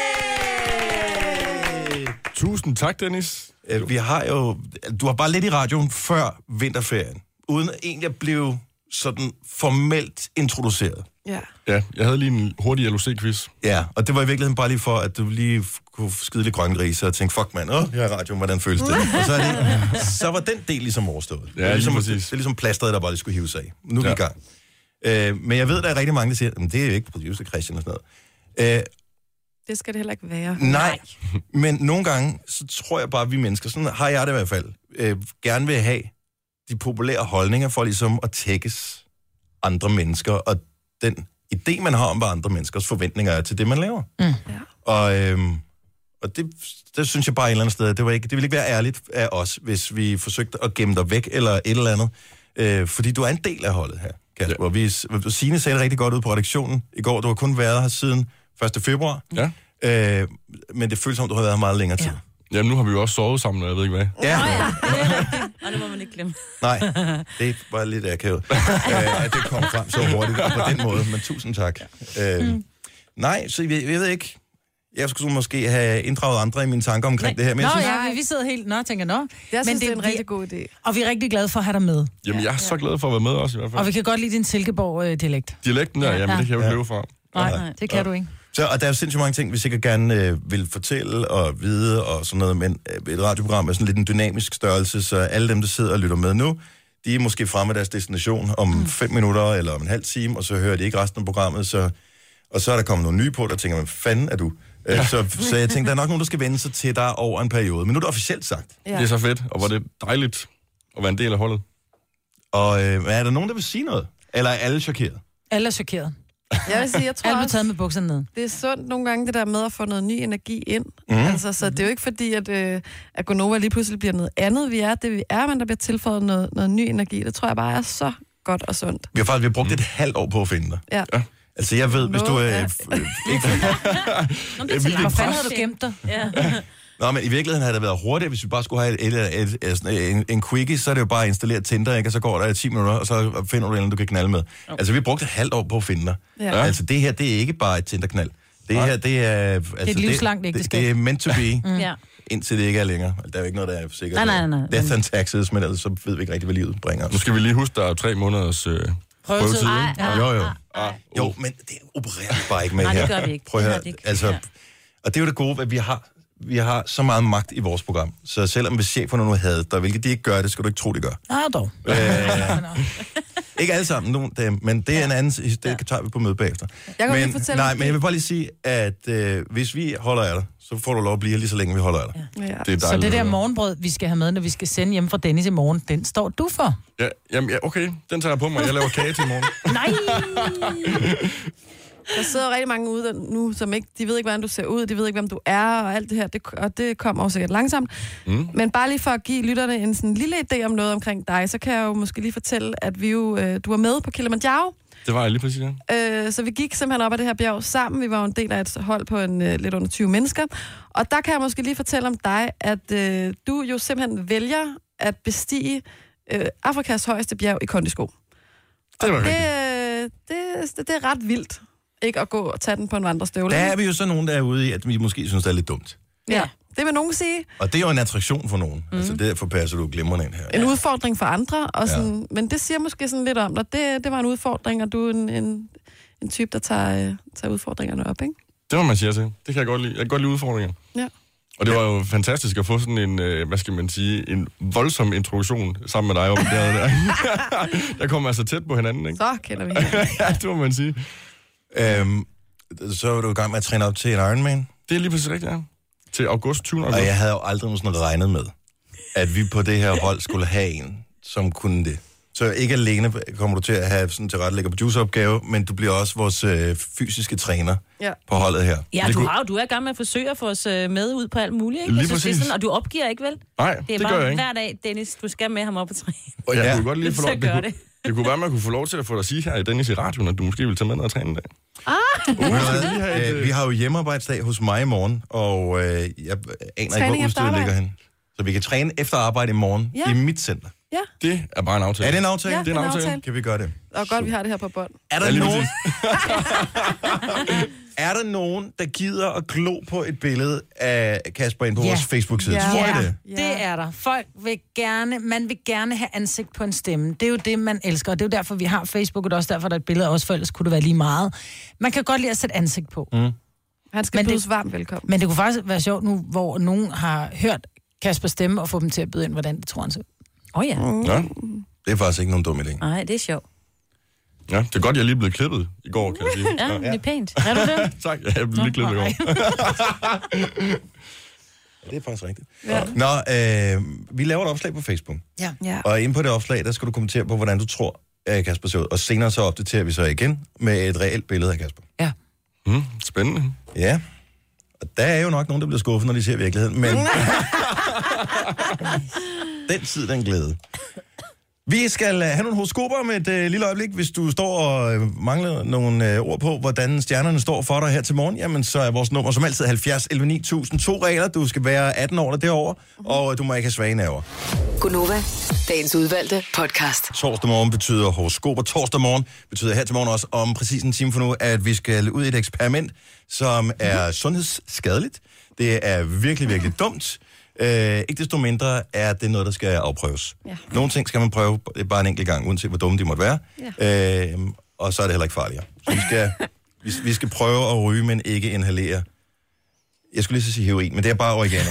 S7: Tusind tak, Dennis.
S2: Vi har jo... Du har bare lidt i radioen før vinterferien, uden egentlig at blive sådan formelt introduceret.
S7: Ja. Ja, jeg havde lige en hurtig LOC-quiz.
S2: Ja, og det var i virkeligheden bare lige for, at du lige kunne skide lidt grønne grise og tænke, fuck mand, jeg er i radioen, hvordan føles det? Og så var den del ligesom overstået.
S7: Ja, ligesom,
S2: det er ligesom plasteret, der bare lige skulle hive sig af. Nu er vi i gang. Men jeg ved, der er rigtig mange, der siger, det er jo ikke producer Christian og sådan noget.
S4: Det skal det heller ikke være.
S2: Nej, men nogle gange, så tror jeg bare, at vi mennesker, sådan har jeg det i hvert fald, gerne vil have de populære holdninger for ligesom at tækkes andre mennesker, og den idé, man har om, hvad andre menneskers forventninger er til det, man laver. Mm. Ja. Og det synes jeg bare et eller andet sted, det ville ikke være ærligt af os, hvis vi forsøgte at gemme dig væk, eller et eller andet. Fordi du er en del af holdet her, Kasper. Ja. Signe sagde det rigtig godt ud på redaktionen i går. Du har kun været her siden 1. februar. Ja. Men det føles som, du har været her meget længere tid. Ja.
S7: Jamen, nu har vi jo også sovet sammen, og jeg ved ikke hvad.
S2: Ja.
S6: Og det må man ikke glemme.
S2: Nej, det var lidt akavet, at det kom frem så hurtigt på den måde, men tusind tak. Nej, så jeg ved ikke. Jeg skulle måske have inddraget andre i mine tanker omkring det her. Men
S3: vi sidder helt... tænker.
S4: Jeg synes, det er en rigtig god idé.
S3: Og vi er rigtig glade for at have dig med.
S7: Jamen, jeg er så glad for at være med også, i hvert fald.
S3: Og vi kan godt lide din Silkeborg-dialekt.
S7: Dialekten der, jamen, det kan jeg jo løbe fra.
S3: Nej, det kan du ikke.
S2: Og der er jo sindssygt mange ting, vi sikkert gerne vil fortælle og vide og sådan noget, men et radioprogram er sådan lidt en dynamisk størrelse, så alle dem, der sidder og lytter med nu, de er måske fremme af deres destination om 5 minutter eller om en halv time, og så hører de ikke resten af programmet, og så er der kommet nogle nye på, der tænker man, fanden er du? Så jeg tænkte, der er nok nogen, der skal vende sig til dig over en periode. Men nu er det officielt sagt.
S4: Ja.
S7: Det er så fedt, og hvor det er dejligt at være en del af holdet.
S2: Og er der nogen, der vil sige noget? Eller er alle chokeret?
S3: Alle er chokeret.
S4: Jeg vil sige, jeg tror
S3: Alle bliver
S4: også,
S3: taget med bukserne ned.
S4: det er sundt nogle gange, det der med at få noget ny energi ind. Altså, så det er jo ikke fordi, at Gonova lige pludselig bliver noget andet. Vi er det, vi er, men der bliver tilføjet noget ny energi. Det tror jeg bare er så godt og sundt.
S2: Vi har brugt et halvt år på at finde dig.
S4: Ja.
S2: Altså, jeg ved, hvis du ikke...
S3: Hvor fanden havde du gemt dig?
S6: Ja.
S2: Nå, men i virkeligheden havde det været hurtigt, hvis vi bare skulle have en quickie, så er det jo bare at installere Tinder, ikke? Og så går der 10 minutter, og så finder du en, du kan knalde med. Okay. Altså, vi har brugt et halvt år på at finde dig.
S4: Ja.
S2: Altså, det her, det er ikke bare et Tinder-knald. Det her, det er... Altså,
S3: det er et livslangt ægteskab.
S2: Det er meant to be,
S6: Ja.
S2: indtil det ikke er længere. Der er jo ikke noget, der er sikkert.
S6: Nej.
S2: Death and taxes, men ellers så ved vi ikke rigtig, hvad livet bringer
S7: Nu
S2: os.
S7: skal vi lige huske, der er 3 måneders prøvetid. Ikke?
S2: Jo, men det opererer vi bare ikke med
S6: Nej,
S2: her.
S6: det gør vi ikke.
S2: Prøv at
S6: Det
S2: høre,
S6: gør det ikke.
S2: altså...
S6: Ja.
S2: Og det er jo det gode, at vi har så meget magt i vores program. Så selvom hvis cheferne nu havde der, hvilket de ikke gør, det skal du ikke tro, de gør.
S3: Nej, dog.
S2: Ikke alle sammen, nogen af dem, men det er en anden, det tager vi på møde bagefter.
S4: Jeg kan lige fortælle
S2: men jeg vil bare lige sige, at hvis vi holder af dig, så får du lov at blive her lige så længe vi holder af dig.
S4: Ja.
S7: Det er dejligt.
S3: Så det der morgenbrød, vi skal have med, når vi skal sende hjem fra Dennis i morgen, den står du for.
S7: Ja, jamen, ja, okay, den tager jeg på mig. Jeg laver kage til i morgen.
S3: Nej!
S4: Der sidder rigtig mange ude nu, som ikke, de ved ikke, hvordan du ser ud, de ved ikke, hvem du er, og alt det her, og det kommer også sikkert langsomt. Men bare lige for at give lytterne en sådan lille idé om noget omkring dig, så kan jeg jo måske lige fortælle, at vi jo, du var med på Kilimanjaro.
S7: Det var jeg lige præcis, ja.
S4: Så vi gik simpelthen op ad det her bjerg sammen. Vi var jo en del af et hold på lidt under 20 mennesker. Og der kan jeg måske lige fortælle om dig, at du jo simpelthen vælger at bestige Afrikas højeste bjerg i kondisko.
S7: Det var rigtigt.
S4: Det er ret vildt, ikke at gå og tage den på en vandrestøvle.
S2: Der er vi jo så nogen, der er ude i, at vi måske synes, det er lidt dumt.
S4: Ja, det vil nogen sige.
S2: Og det er jo en attraktion for nogen. Altså derfor passer du glimrende ind her.
S4: En udfordring for andre. Og sådan, men det siger måske sådan lidt om dig. Det var en udfordring, og du er en type, der tager udfordringerne op, ikke?
S7: Det må man sige til. Det kan jeg godt lide. Jeg kan godt lide udfordringer.
S4: Ja.
S7: Og det var jo fantastisk at få sådan en, hvad skal man sige, en voldsom introduktion sammen med dig oppe der. Der kom altså tæt på hinanden, ikke?
S4: Så kender vi
S7: Ja, det må man sige.
S2: Så er du i gang med at træne op til en Ironman.
S7: Det er lige præcis rigtigt, ja. Til august, 20. august.
S2: Og jeg havde jo aldrig nogensinde regnet med, at vi på det her hold skulle have en, som kunne det. Så ikke alene kommer du til at have sådan tilrettelægger produceropgave, men du bliver også vores fysiske træner på holdet her.
S6: Ja, du er i gang med at forsøge at få os med ud på alt muligt, ikke?
S7: Lige
S6: Jeg synes, det er
S7: præcis.
S6: sådan, og du opgiver ikke, vel?
S7: Nej,
S6: Det er
S7: det
S6: bare
S7: gør jeg ikke.
S6: hver dag, Dennis, du skal med ham op og træne.
S7: Og jeg
S2: Ja.
S7: kunne godt lige få lov,
S6: Så gør det.
S7: det kunne være, man kunne få lov til at få dig at sige her i Dennis i radioen, at du måske vil tage med ned og træne en dag.
S2: Vi har jo hjemmearbejdsdag hos mig i morgen, og jeg aner ikke,
S4: Træning
S2: hvor
S4: efter
S2: udstyret
S4: arbejde.
S2: ligger hen. Så vi kan træne efter arbejde i morgen i mit center.
S7: Det er bare en aftale.
S2: Er det en aftale?
S4: Ja,
S7: Det er en aftale.
S2: Kan vi gøre det?
S4: Og godt, vi har det her på bånd.
S2: Er der nogen... Er der nogen, der gider at glo på et billede af Kasper ind på vores Facebook-side? Tror I det?
S4: Ja.
S3: Det er der. Man vil gerne have ansigt på en stemme. Det er jo det, man elsker, og det er jo derfor, vi har Facebook, og det er også derfor, der er et billede af os, for ellers kunne det være lige meget. Man kan godt lide at sætte ansigt på.
S4: Han skal bydes varmt velkommen.
S3: Men det kunne faktisk være sjovt nu, hvor nogen har hørt Kaspers stemme, og få dem til at byde ind, hvordan det tror han ser ud.
S6: Ja.
S2: Ja. Det er faktisk ikke nogen dum idé.
S6: Nej, det er sjovt.
S7: Ja, det er godt, jeg er lige blevet klippet i går, kan jeg sige.
S6: Ja, det er pænt. Er du det?
S7: Tak, jeg er blevet lige klippet i går.
S2: Det er faktisk rigtigt.
S4: Ja.
S2: Nå, vi laver et opslag på Facebook.
S4: Ja.
S2: Og inde på det opslag, der skal du kommentere på, hvordan du tror, at Kasper ser ud. Og senere så opdaterer vi så igen med et reelt billede af Kasper.
S3: Ja.
S7: Spændende.
S2: Ja. Og der er jo nok nogen, der bliver skuffet, når de ser virkeligheden. Men den tid, den glæde. Vi skal have nogle horoskoper med et lille øjeblik. Hvis du står og mangler nogle ord på, hvordan stjernerne står for dig her til morgen, jamen så er vores nummer som altid 70 11 9000. 2 regler. Du skal være 18 år eller derover, og du må ikke have svage nerver.
S1: Gunova, dagens udvalgte podcast.
S2: Torsdag morgen betyder horoskoper. Torsdag morgen betyder her til morgen også om præcis en time for nu, at vi skal ud i et eksperiment, som er sundhedsskadeligt. Det er virkelig, virkelig dumt. Ikke desto mindre er det noget, der skal afprøves. Ja. Nogle ting skal man prøve bare en enkelt gang, uanset hvor dumme de måtte være. Ja. Og så er det heller ikke farligere. Så vi skal prøve at ryge, men ikke inhalere. Jeg skulle lige så sige heroin, men det er bare oregano.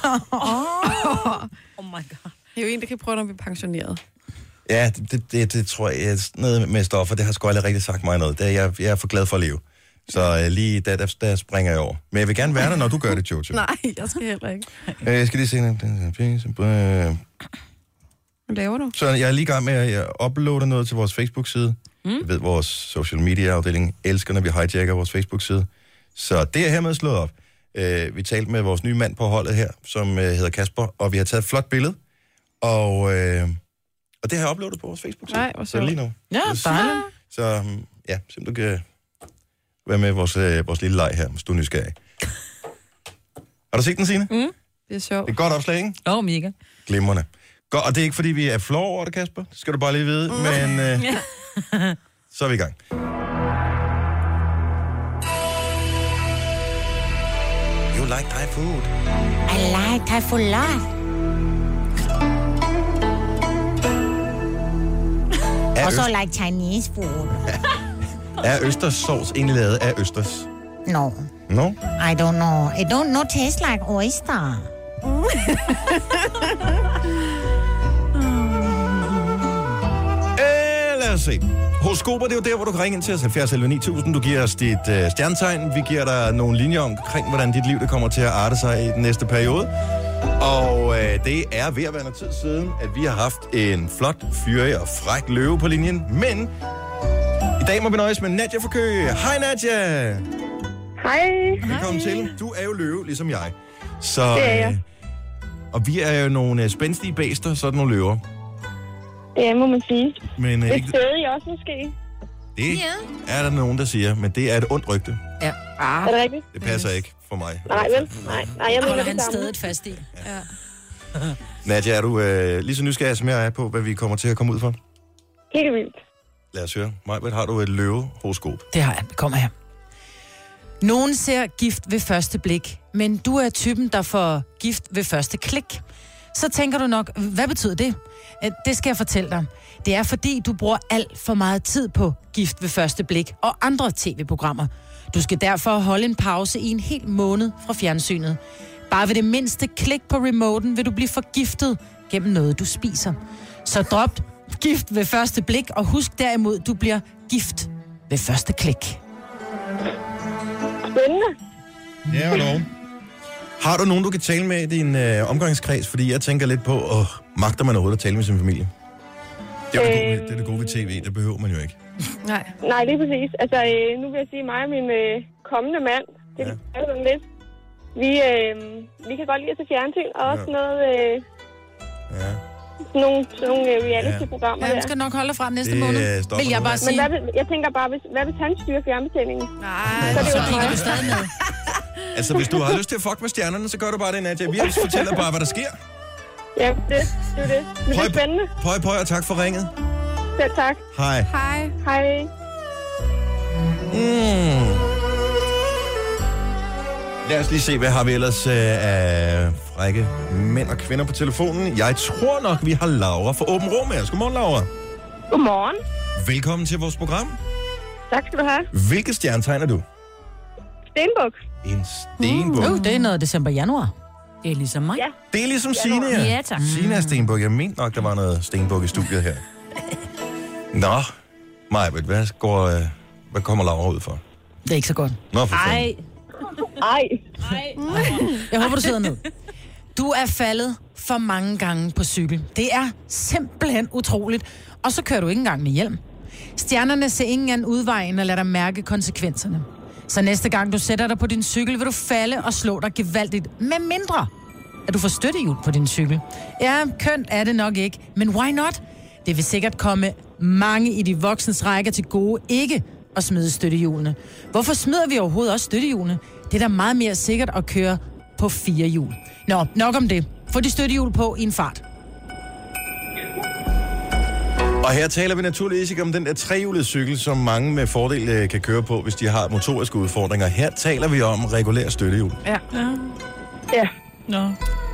S6: Oh my god.
S4: Heroin, det kan prøve, når vi er pensioneret.
S2: Ja, det tror jeg. Noget med stoffer, det har sgu aldrig rigtig sagt mig noget. Jeg er for glad for at leve. Så lige der springer jeg over. Men jeg vil gerne være der, når du gør det, Jojo.
S4: Nej, jeg skal heller ikke.
S2: Jeg skal lige se...
S4: Hvad laver du?
S2: Så jeg er lige i gang med at uploade noget til vores Facebook-side. Jeg ved, vores social media-afdeling elsker, når vi hijacker vores Facebook-side. Så det er hermed slået op. Vi talte med vores nye mand på holdet her, som hedder Kasper, og vi har taget et flot billede. Og det har jeg uploadet på vores Facebook-side.
S4: Nej, hvor sjovt.
S2: lige nu.
S3: Ja, dejligt.
S2: Så ja, simpelthen du kan være med vores lille leg her, hvis du er nysgerrig. Har du set den, Signe?
S4: Det er sjovt.
S2: Det er et godt opslag, ikke?
S6: Mega.
S2: Glimrende. Godt, og det er ikke, fordi vi er flove over det, Kasper. Det skal du bare lige vide. Men så er vi i gang. You like Thai food.
S8: I like Thai food a lot. Also like Chinese food.
S2: Er østers sovs egentlig lavet af østers?
S8: No.
S2: No?
S8: I don't know. It don't no taste like oyster.
S2: Lad os se. Horoskoper, det er jo der, hvor du kan ringe ind til os 70 11 9000. Du giver os dit stjernetegn. Vi giver dig nogle linjer omkring, hvordan dit liv det kommer til at arte sig i den næste periode. Og det er ved at være noget tid siden, at vi har haft en flot, fyrig og fræk løve på linjen. Men i dag må vi nøjes med Nadja fra Køge. Hej Nadja!
S9: Hej.
S2: Velkommen til. Du er jo løve, ligesom jeg. Så,
S9: det er jeg.
S2: Og vi er jo nogle spændstige bæster, sådan nogle løver.
S9: Ja, må man sige.
S2: Men
S9: det støder også måske.
S2: Det er der nogen, der siger, men det er et ondt rygte.
S3: Ja.
S9: Er det rigtigt?
S2: Det passer ikke for mig.
S9: Nej, vel? Nej, jeg mener
S3: han
S9: det samme.
S3: stedet fast i.
S4: Ja.
S2: Nadja, er du lige så nysgerrig, som jeg er på, hvad vi kommer til at komme ud for?
S9: Helt vildt.
S2: Lad os høre. Majbert, har du et løvehoroskop?
S3: Det har jeg. Kom her. Nogen ser gift ved første blik, men du er typen, der får gift ved første klik. Så tænker du nok, hvad betyder det? Det skal jeg fortælle dig. Det er fordi, du bruger alt for meget tid på gift ved første blik og andre tv-programmer. Du skal derfor holde en pause i en hel måned fra fjernsynet. Bare ved det mindste klik på remoten vil du blive forgiftet gennem noget, du spiser. Så drop gift ved første blik, og husk derimod, du bliver gift ved første klik.
S9: Spændende.
S2: Ja, og har du nogen, du kan tale med i din omgangskreds? Fordi jeg tænker lidt på, magter man overhovedet at tale med sin familie? Det er det gode ved tv, det behøver man jo ikke.
S9: Nej, lige præcis. Altså, nu vil jeg sige, mig og min kommende mand, det er sådan lidt. Vi kan godt lide at se fjernsyn, og også noget... Sådan nogle reality-programmer
S3: der. Ja, skal nok holde frem næste måned. Vil jeg bare sige.
S9: Men jeg tænker bare, hvad hvis han styrer fjernbetjeningen?
S3: Nej, så kigger du stadig med.
S2: Altså, hvis du har lyst til at fuck med stjernerne, så gør du bare det, Nadja. Vi fortæller bare, hvad der sker.
S9: Ja, det er det. Men det er spændende.
S2: Pøj, og tak for ringet.
S9: Selv tak.
S2: Hej.
S9: Hej.
S2: Lad os lige se, hvad har vi ellers af frække mænd og kvinder på telefonen. Jeg tror nok, vi har Laura fra Åben Rå med os. Godmorgen, Laura.
S9: Godmorgen.
S2: Velkommen til vores program.
S9: Tak skal du have.
S2: Hvilket stjernetegn er du?
S9: Stenbuk.
S2: En stenbuk.
S3: Det er noget december-januar.
S6: Det er ligesom mig.
S9: Ja.
S2: Det er ligesom Signe, ja.
S6: Ja, tak.
S2: Signe er stenbuk. Jeg mente nok, der var noget stenbuk i studiet her. Nå, Majbet, hvad kommer Laura ud for?
S3: Det er ikke så godt.
S2: Nå, for fanden.
S9: Ej.
S3: Jeg håber, du sidder ned. Du er faldet for mange gange på cykel. Det er simpelthen utroligt. Og så kører du ikke engang med hjelm. Stjernerne ser ingen anden udvej end at lade dig mærke konsekvenserne. Så næste gang du sætter dig på din cykel, vil du falde og slå dig gevaldigt. Med mindre, at du får støttehjul på din cykel. Ja, kønt er det nok ikke, men why not? Det vil sikkert komme mange i de voksnes rækker til gode ikke at smide støttehjulene. Hvorfor smider vi overhovedet også støttehjulene? Det er da meget mere sikkert at køre på 4 hjul. Nå, nok om det. Få de støttehjul på i en fart.
S2: Og her taler vi naturligvis ikke om den der trehjulede cykel, som mange med fordel kan køre på, hvis de har motoriske udfordringer. Her taler vi om regulær støttehjul.
S9: Ja.
S6: Nå.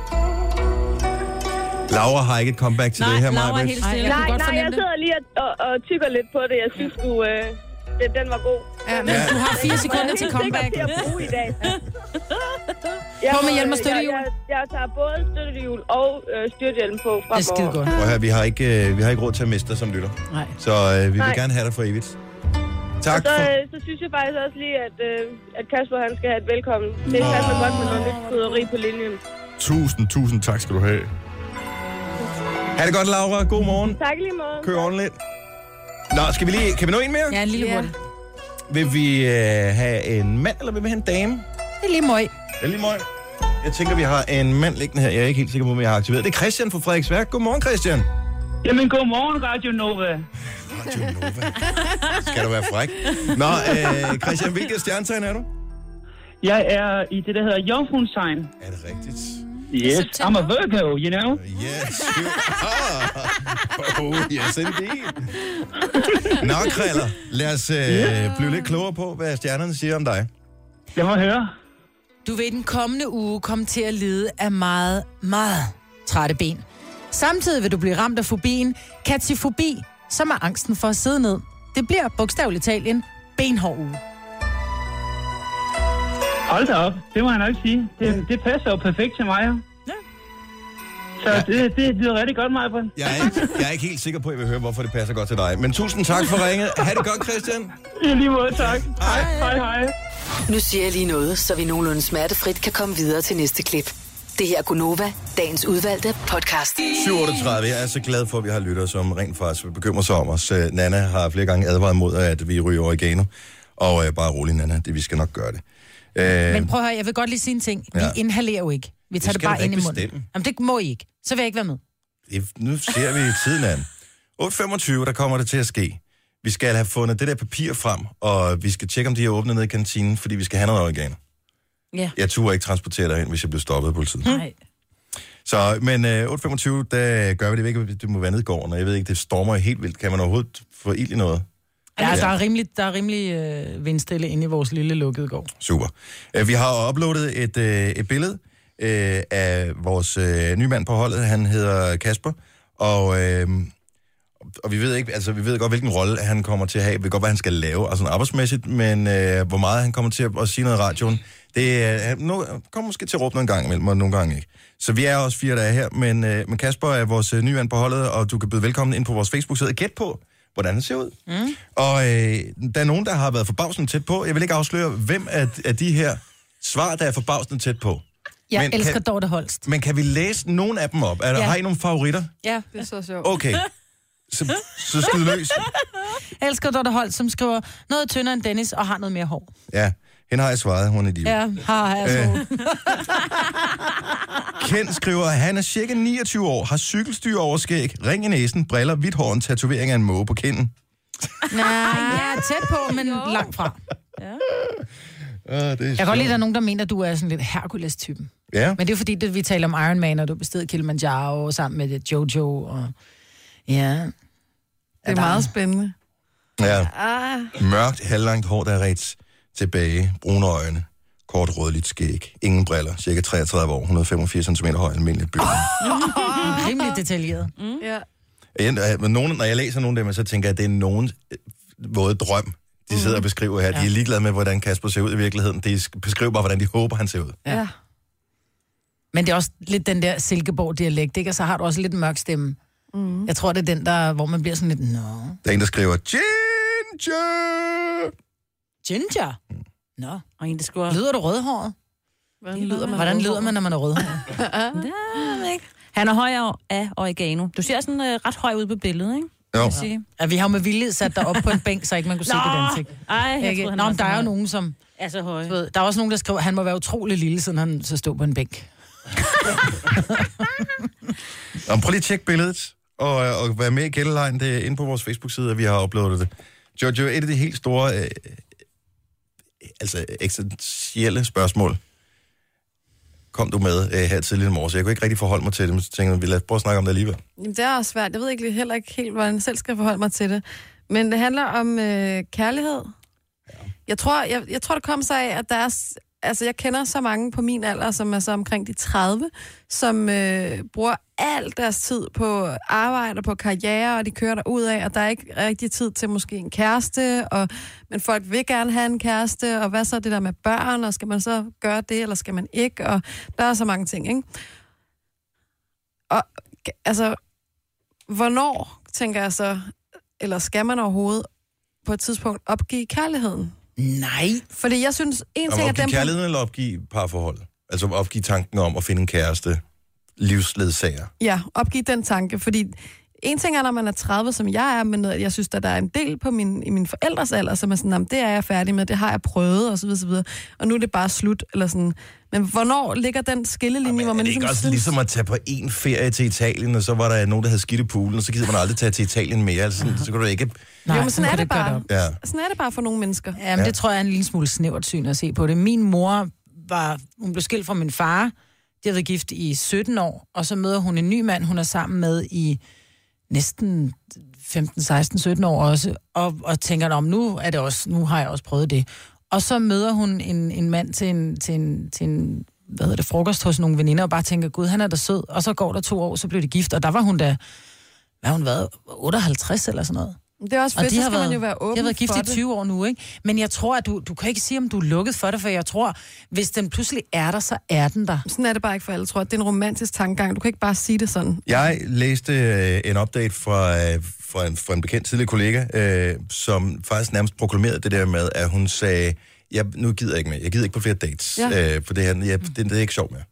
S2: Laura har ikke et comeback til det her, Maja.
S6: Laura er helt stille.
S9: Nej, jeg sidder lige og tykker lidt på det. Jeg synes, den var god.
S3: Ja, men du har 4 sekunder til comeback.
S9: Jeg er til at bruge i dag.
S3: På med hjelm og støttehjul.
S9: Jeg tager både støttehjul og styrthjelm på fremover.
S3: Det er skide godt.
S2: Og her, vi har ikke råd til at miste dig som lytter.
S3: Nej.
S2: Så vi vil gerne have dig for evigt. Tak
S9: Og
S2: for...
S9: så synes jeg faktisk også lige, at Kasper han skal have et velkommen. Det er fandme godt med noget lidt krydderi på linjen.
S7: Tusind tak skal du have.
S2: Ha' det godt, Laura. God morgen.
S9: Tak lige måde.
S2: Kør ordentligt. Nå, kan vi nå en mere?
S3: Ja, en lille hurtig.
S2: Vil vi have en mand, eller vil vi have en dame?
S3: Det er lige møg.
S2: Det er lige møg. Jeg tænker, vi har en mand liggende her. Jeg er ikke helt sikker på, om jeg har aktiveret. Det er Christian fra Frederiksværk. Godmorgen, Christian.
S10: Jamen, godmorgen, Radio Nova.
S2: Radio Nova. Skal du være fræk? Nå, Christian, hvilket stjernetegn er du?
S10: Jeg er i det, der hedder Jomfruens-tegn.
S2: Er det rigtigt?
S10: Yes, I'm a Virgo, you know?
S2: Yes, you are. Oh, yes, indeed. Nå, Kriller, lad os blive lidt klogere på, hvad stjernerne siger om dig.
S10: Jeg må høre.
S3: Du vil den kommende uge komme til at lide af meget, meget trætte ben. Samtidig vil du blive ramt af fobien katsifobi, som er angsten for at sidde ned. Det bliver bogstaveligt talt en benhård uge.
S10: Hold da op, det må jeg nok sige. Det passer jo perfekt til mig. Ja. Så det lyder rigtig godt, mig på.
S2: Jeg er ikke helt sikker på, at jeg vil høre, hvorfor det passer godt til dig. Men tusind tak for ringet. Ha' det godt, Christian.
S10: I lige måde, tak. Hej.
S1: Nu siger jeg lige noget, så vi nogenlunde smertefrit kan komme videre til næste klip. Det her er Gunova, dagens udvalgte podcast.
S2: 7:38. Jeg er så glad for, at vi har lyttere, som rent faktisk bekymrer sig om os. Nana har flere gange advaret mod, at vi ryger oregano. Og bare rolig, Nana. Vi skal nok gøre det.
S3: Men prøv at høre, jeg vil godt lige sige en ting. Vi inhalerer jo ikke. Vi tager det bare ind i munden. Jamen, det må I ikke. Så vil jeg ikke være med.
S2: Nu ser vi tiden an. 8:25, der kommer det til at ske. Vi skal have fundet det der papir frem, og vi skal tjekke, om de er åbnet ned i kantinen, fordi vi skal have noget oregano.
S6: Ja.
S2: Jeg turde ikke transportere dig ind, hvis jeg blev stoppet af politiet.
S6: Nej.
S2: Så, men 8:25, der gør vi det ikke. Det må være nede i gården, og jeg ved ikke, det stormer helt vildt. Kan man overhovedet få ild i noget?
S3: Ja, der er rimelig vindstille inde i vores lille lukkede gård.
S2: Super. Vi har uploadet et billede af vores nye mand på holdet. Han hedder Kasper, og vi ved ikke, altså vi ved godt, hvilken rolle han kommer til at have. Vi ved godt, hvad han skal lave, altså arbejdsmæssigt, men hvor meget han kommer til at sige noget i radioen, det kommer måske til at råbe en gang imellem, og nogle gange ikke. Så vi er også 4 dage her, men Kasper er vores nye mand på holdet, og du kan byde velkommen ind på vores Facebook-side. Gæt på, hvordan han ser ud. Og der er nogen, der har været forbavsende tæt på. Jeg vil ikke afsløre, hvem af de her svar, der er forbavsende tæt på.
S3: Jeg elsker Dorte Holst.
S2: Men kan vi læse nogen af dem op? Har I nogle favoritter?
S3: Ja.
S4: Det er så sjovt.
S2: Okay. Så skyd løs.
S3: Jeg elsker Dorte Holst, som skriver noget tyndere end Dennis og har noget mere hår.
S2: Ja, hende har jeg svaret. Hun er idiot.
S3: Ja, har jeg så.
S2: Kent skriver, at han er cirka 29 år, har cykelstyr over skæg, ring i næsen, briller, hvidt hår og en tatovering af en måge på kinden.
S3: Nej, jeg er tæt på, men langt fra. Ja.
S2: Jeg
S3: kan godt lide, at der er nogen, der mener, at du er sådan lidt Hercules-typen.
S2: Ja.
S3: Men det er fordi, vi taler om Iron Man, og du bestod Kilimanjaro sammen med Jojo. Og... Ja.
S4: Det er meget spændende.
S2: Ja. Mørkt, halvlangt hår, der er ret tilbage, brune øjne, kort rødligt skæg, ingen briller, cirka 33 år, 185 cm høj, almindelig bygning.
S3: Rimelig detaljeret.
S4: Ja.
S2: Når jeg læser nogle af dem, så tænker jeg, at det er nogen våde drøm, de sidder og beskriver her. De er ligeglade med, hvordan Kasper ser ud i virkeligheden. De beskriver bare, hvordan de håber, han ser ud.
S3: Ja. Men det er også lidt den der Silkeborg-dialekt, ikke? Og så har du også lidt mørk stemme. Jeg tror, det er den, hvor man bliver sådan lidt... Nå.
S2: Der er en, der skriver, Ginger!
S3: Ginger? Nå.
S6: Og en, der skriver...
S3: Lyder du rødhåret? Hvordan lyder man, når man er rødhåret?
S6: Han er høj af oregano. Du ser sådan ret høj ud på billedet, ikke?
S2: Jo.
S3: Ja, vi har med vilje sat dig op på en bænk, så ikke man kunne se dit ansigt. Men der er jo nogen, som...
S6: Er så høje.
S3: Der er også nogen, der skriver, at han må være utrolig lille, siden han så stod på en bænk.
S2: Prøv lige at tjekke billedet, og være med i gældelejen. Det er inde på vores Facebook-side, at vi har uploadet det. Jojo, et af de helt store, eksistentielle spørgsmål, kom du med her tidligere i morges. Jeg kunne ikke rigtig forholde mig til det, men så tænkte jeg, vi lader prøve at snakke om det alligevel.
S4: Jamen, det er også svært. Jeg ved heller ikke helt, hvordan jeg selv skal forholde mig til det. Men det handler om kærlighed. Ja. Jeg tror, det kom sig af, at der er... Altså, jeg kender så mange på min alder, som er så omkring de 30, som bruger al deres tid på arbejde, på karriere, og de kører derudad, og der er ikke rigtig tid til måske en kæreste, men folk vil gerne have en kæreste, og hvad så det der med børn, og skal man så gøre det, eller skal man ikke, og der er så mange ting, ikke? Og altså, hvornår, tænker jeg så, eller skal man overhovedet på et tidspunkt opgive kærligheden.
S3: Nej.
S4: Fordi jeg synes, en ting er
S2: opgive
S4: dem...
S2: kærligheden eller opgive parforhold? Altså opgive tanken om at finde en kæreste, livsledsager.
S4: Ja, opgive den tanke, fordi en ting er, når man er 30, som jeg er, men jeg synes, at der er en del på i min forældres alder, som er sådan, det er jeg færdig med, det har jeg prøvet, og så videre, så videre. Og nu er det bare slut, eller sådan. Men hvornår ligger den skillelinje, hvor man
S2: er det
S4: ligesom
S2: ikke også
S4: synes...
S2: ligesom at tage på en ferie til Italien, og så var der nogen, der havde skidt i poolen, og så gider man aldrig tage til Italien mere, altså sådan, så kan du ikke...
S4: Nej, jo, men sådan er det bare.
S2: Ja.
S4: Sådan er det bare for nogle mennesker.
S3: Ja, men det tror jeg er en lille smule snævert syn at se på det. Min mor hun blev skilt fra min far, de havde været gift i 17 år, og så møder hun en ny mand, hun er sammen med i næsten 15, 16, 17 år også, og tænker, nu har jeg også prøvet det. Og så møder hun en mand til en frokost hos nogle veninder, og bare tænker, gud, han er da sød. Og så går der 2 år, så blev de gift, og der var hun da, 58 eller sådan noget.
S4: Det er også fedt, så skal man jo være åben for det.
S3: De har været gift i 20 år nu, ikke? Men jeg tror, at du kan ikke sige, om du er lukket for det, for jeg tror, hvis den pludselig er der, så er den der.
S4: Sådan er det bare ikke for alle, tror jeg. Det er en romantisk tankegang. Du kan ikke bare sige det sådan.
S2: Jeg læste en update fra en bekendt tidligere kollega, som faktisk nærmest proklamerede det der med, at hun sagde, nu gider jeg ikke mere. Jeg gider ikke på flere dates, for det her, det er ikke sjovt mere.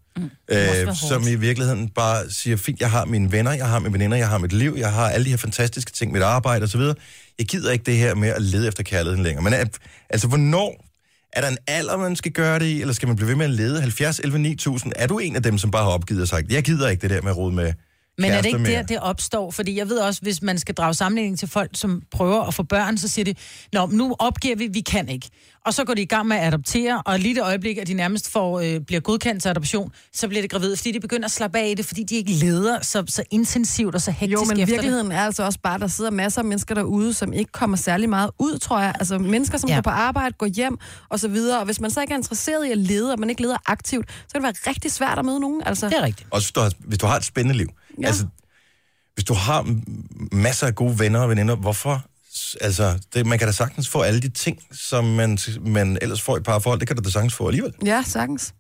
S2: Som i virkeligheden bare siger, fint, jeg har mine venner, jeg har mine veninder, jeg har mit liv, jeg har alle de her fantastiske ting, mit arbejde osv. Jeg gider ikke det her med at lede efter kærligheden længere. Men altså, hvornår er der en alder, man skal gøre det i, eller skal man blive ved med at lede? 70, 11, 9000, er du en af dem, som bare har opgivet og sagt, jeg gider ikke det der med at rode med
S3: men er det ikke
S2: mere?
S3: der, det opstår? Fordi jeg ved også, hvis man skal drage sammenligning til folk, som prøver at få børn, så siger de, nu opgiver vi kan ikke. Og så går de i gang med at adoptere, og lige det øjeblik, at de nærmest bliver godkendt til adoption, så bliver det gravide, fordi de begynder at slappe af i det, fordi de ikke leder så intensivt og så hektisk efter det.
S4: Jo, men virkeligheden er altså også bare, der sidder masser af mennesker derude, som ikke kommer særlig meget ud, tror jeg. Altså mennesker, som går på arbejde, går hjem og så videre. Og hvis man så ikke er interesseret i at lede, og man ikke leder aktivt, så kan det være rigtig svært at møde nogen. Altså.
S3: Det er rigtigt.
S2: Også hvis du har et spændende liv. Ja. Altså, hvis du har masser af gode venner og veninder, hvorfor? Altså, man kan da sagtens få alle de ting, som man ellers får i parforhold, det kan du da sagtens få alligevel.
S4: Ja, sagtens.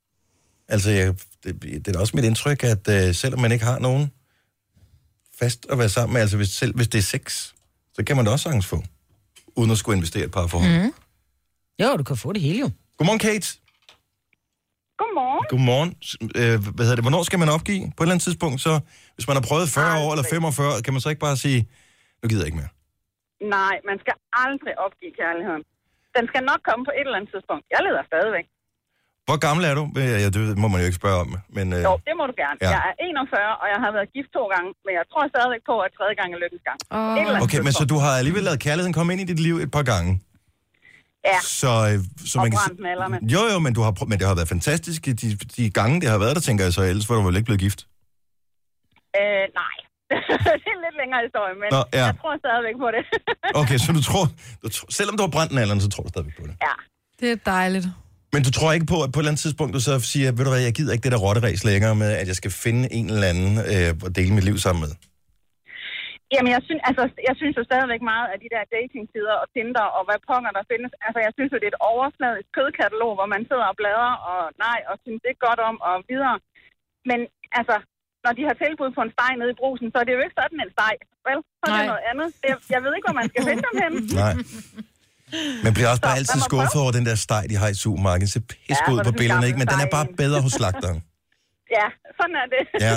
S2: Altså, det er da også mit indtryk, at selvom man ikke har nogen fast at være sammen med, altså hvis det er sex, så kan man da også sagtens få, uden at skulle investere i et parforhold.
S3: Mm-hmm. Jo, du kan få det hele jo.
S2: Godmorgen, Kate.
S9: Godmorgen.
S2: Godmorgen. Hvornår skal man opgive? På et eller andet tidspunkt, så hvis man har prøvet 40 år eller 45, kan man så ikke bare sige, nu gider jeg ikke mere?
S9: Nej, man skal aldrig opgive kærligheden. Den skal nok komme på et eller andet tidspunkt. Jeg leder stadigvæk.
S2: Hvor gammel er du? Ja, det må man jo ikke spørge om. Men,
S9: Jo, det må du gerne. Ja. Jeg er 41, og jeg har været gift 2 gange, men jeg tror stadigvæk på, at 3. gang er lykkens gang.
S2: Okay, men så du har alligevel ladet kærligheden komme ind i dit liv et par gange?
S9: Ja,
S2: så man kan Jo, men det har været fantastisk de gange, det har været der, tænker jeg så. Ellers var du vel ikke blevet gift?
S9: Nej. Det er en lidt længere historie, men jeg tror stadigvæk på det.
S2: Okay, så du tror, selvom du har brændt den alderen, så tror du stadigvæk på det?
S9: Ja.
S4: Det er dejligt.
S2: Men du tror ikke på, at på et eller andet tidspunkt, du så siger, ved du hvad, jeg gider ikke det der rotteræs længere med, at jeg skal finde en eller anden og dele mit liv sammen med?
S9: Jamen, jeg synes jo stadigvæk meget af de der dating-sider og Tinder og hvad ponger der findes. Altså, jeg synes jo, det er et overfladisk kødkatalog, hvor man sidder og bladrer og og synes det godt om og videre. Men altså, når de har tilbud på en steg nede i brusen, så er det jo ikke sådan en steg. Vel, så er det noget andet. Jeg ved ikke, hvor man skal finde dem hen.
S2: Nej. Man bliver også bare altid skuffet over den der steg, de har i supermarkedet. Det ser pisse ud på billederne, ikke? Men den er bare bedre hos slagteren.
S9: Ja, sådan er det.
S2: Ja.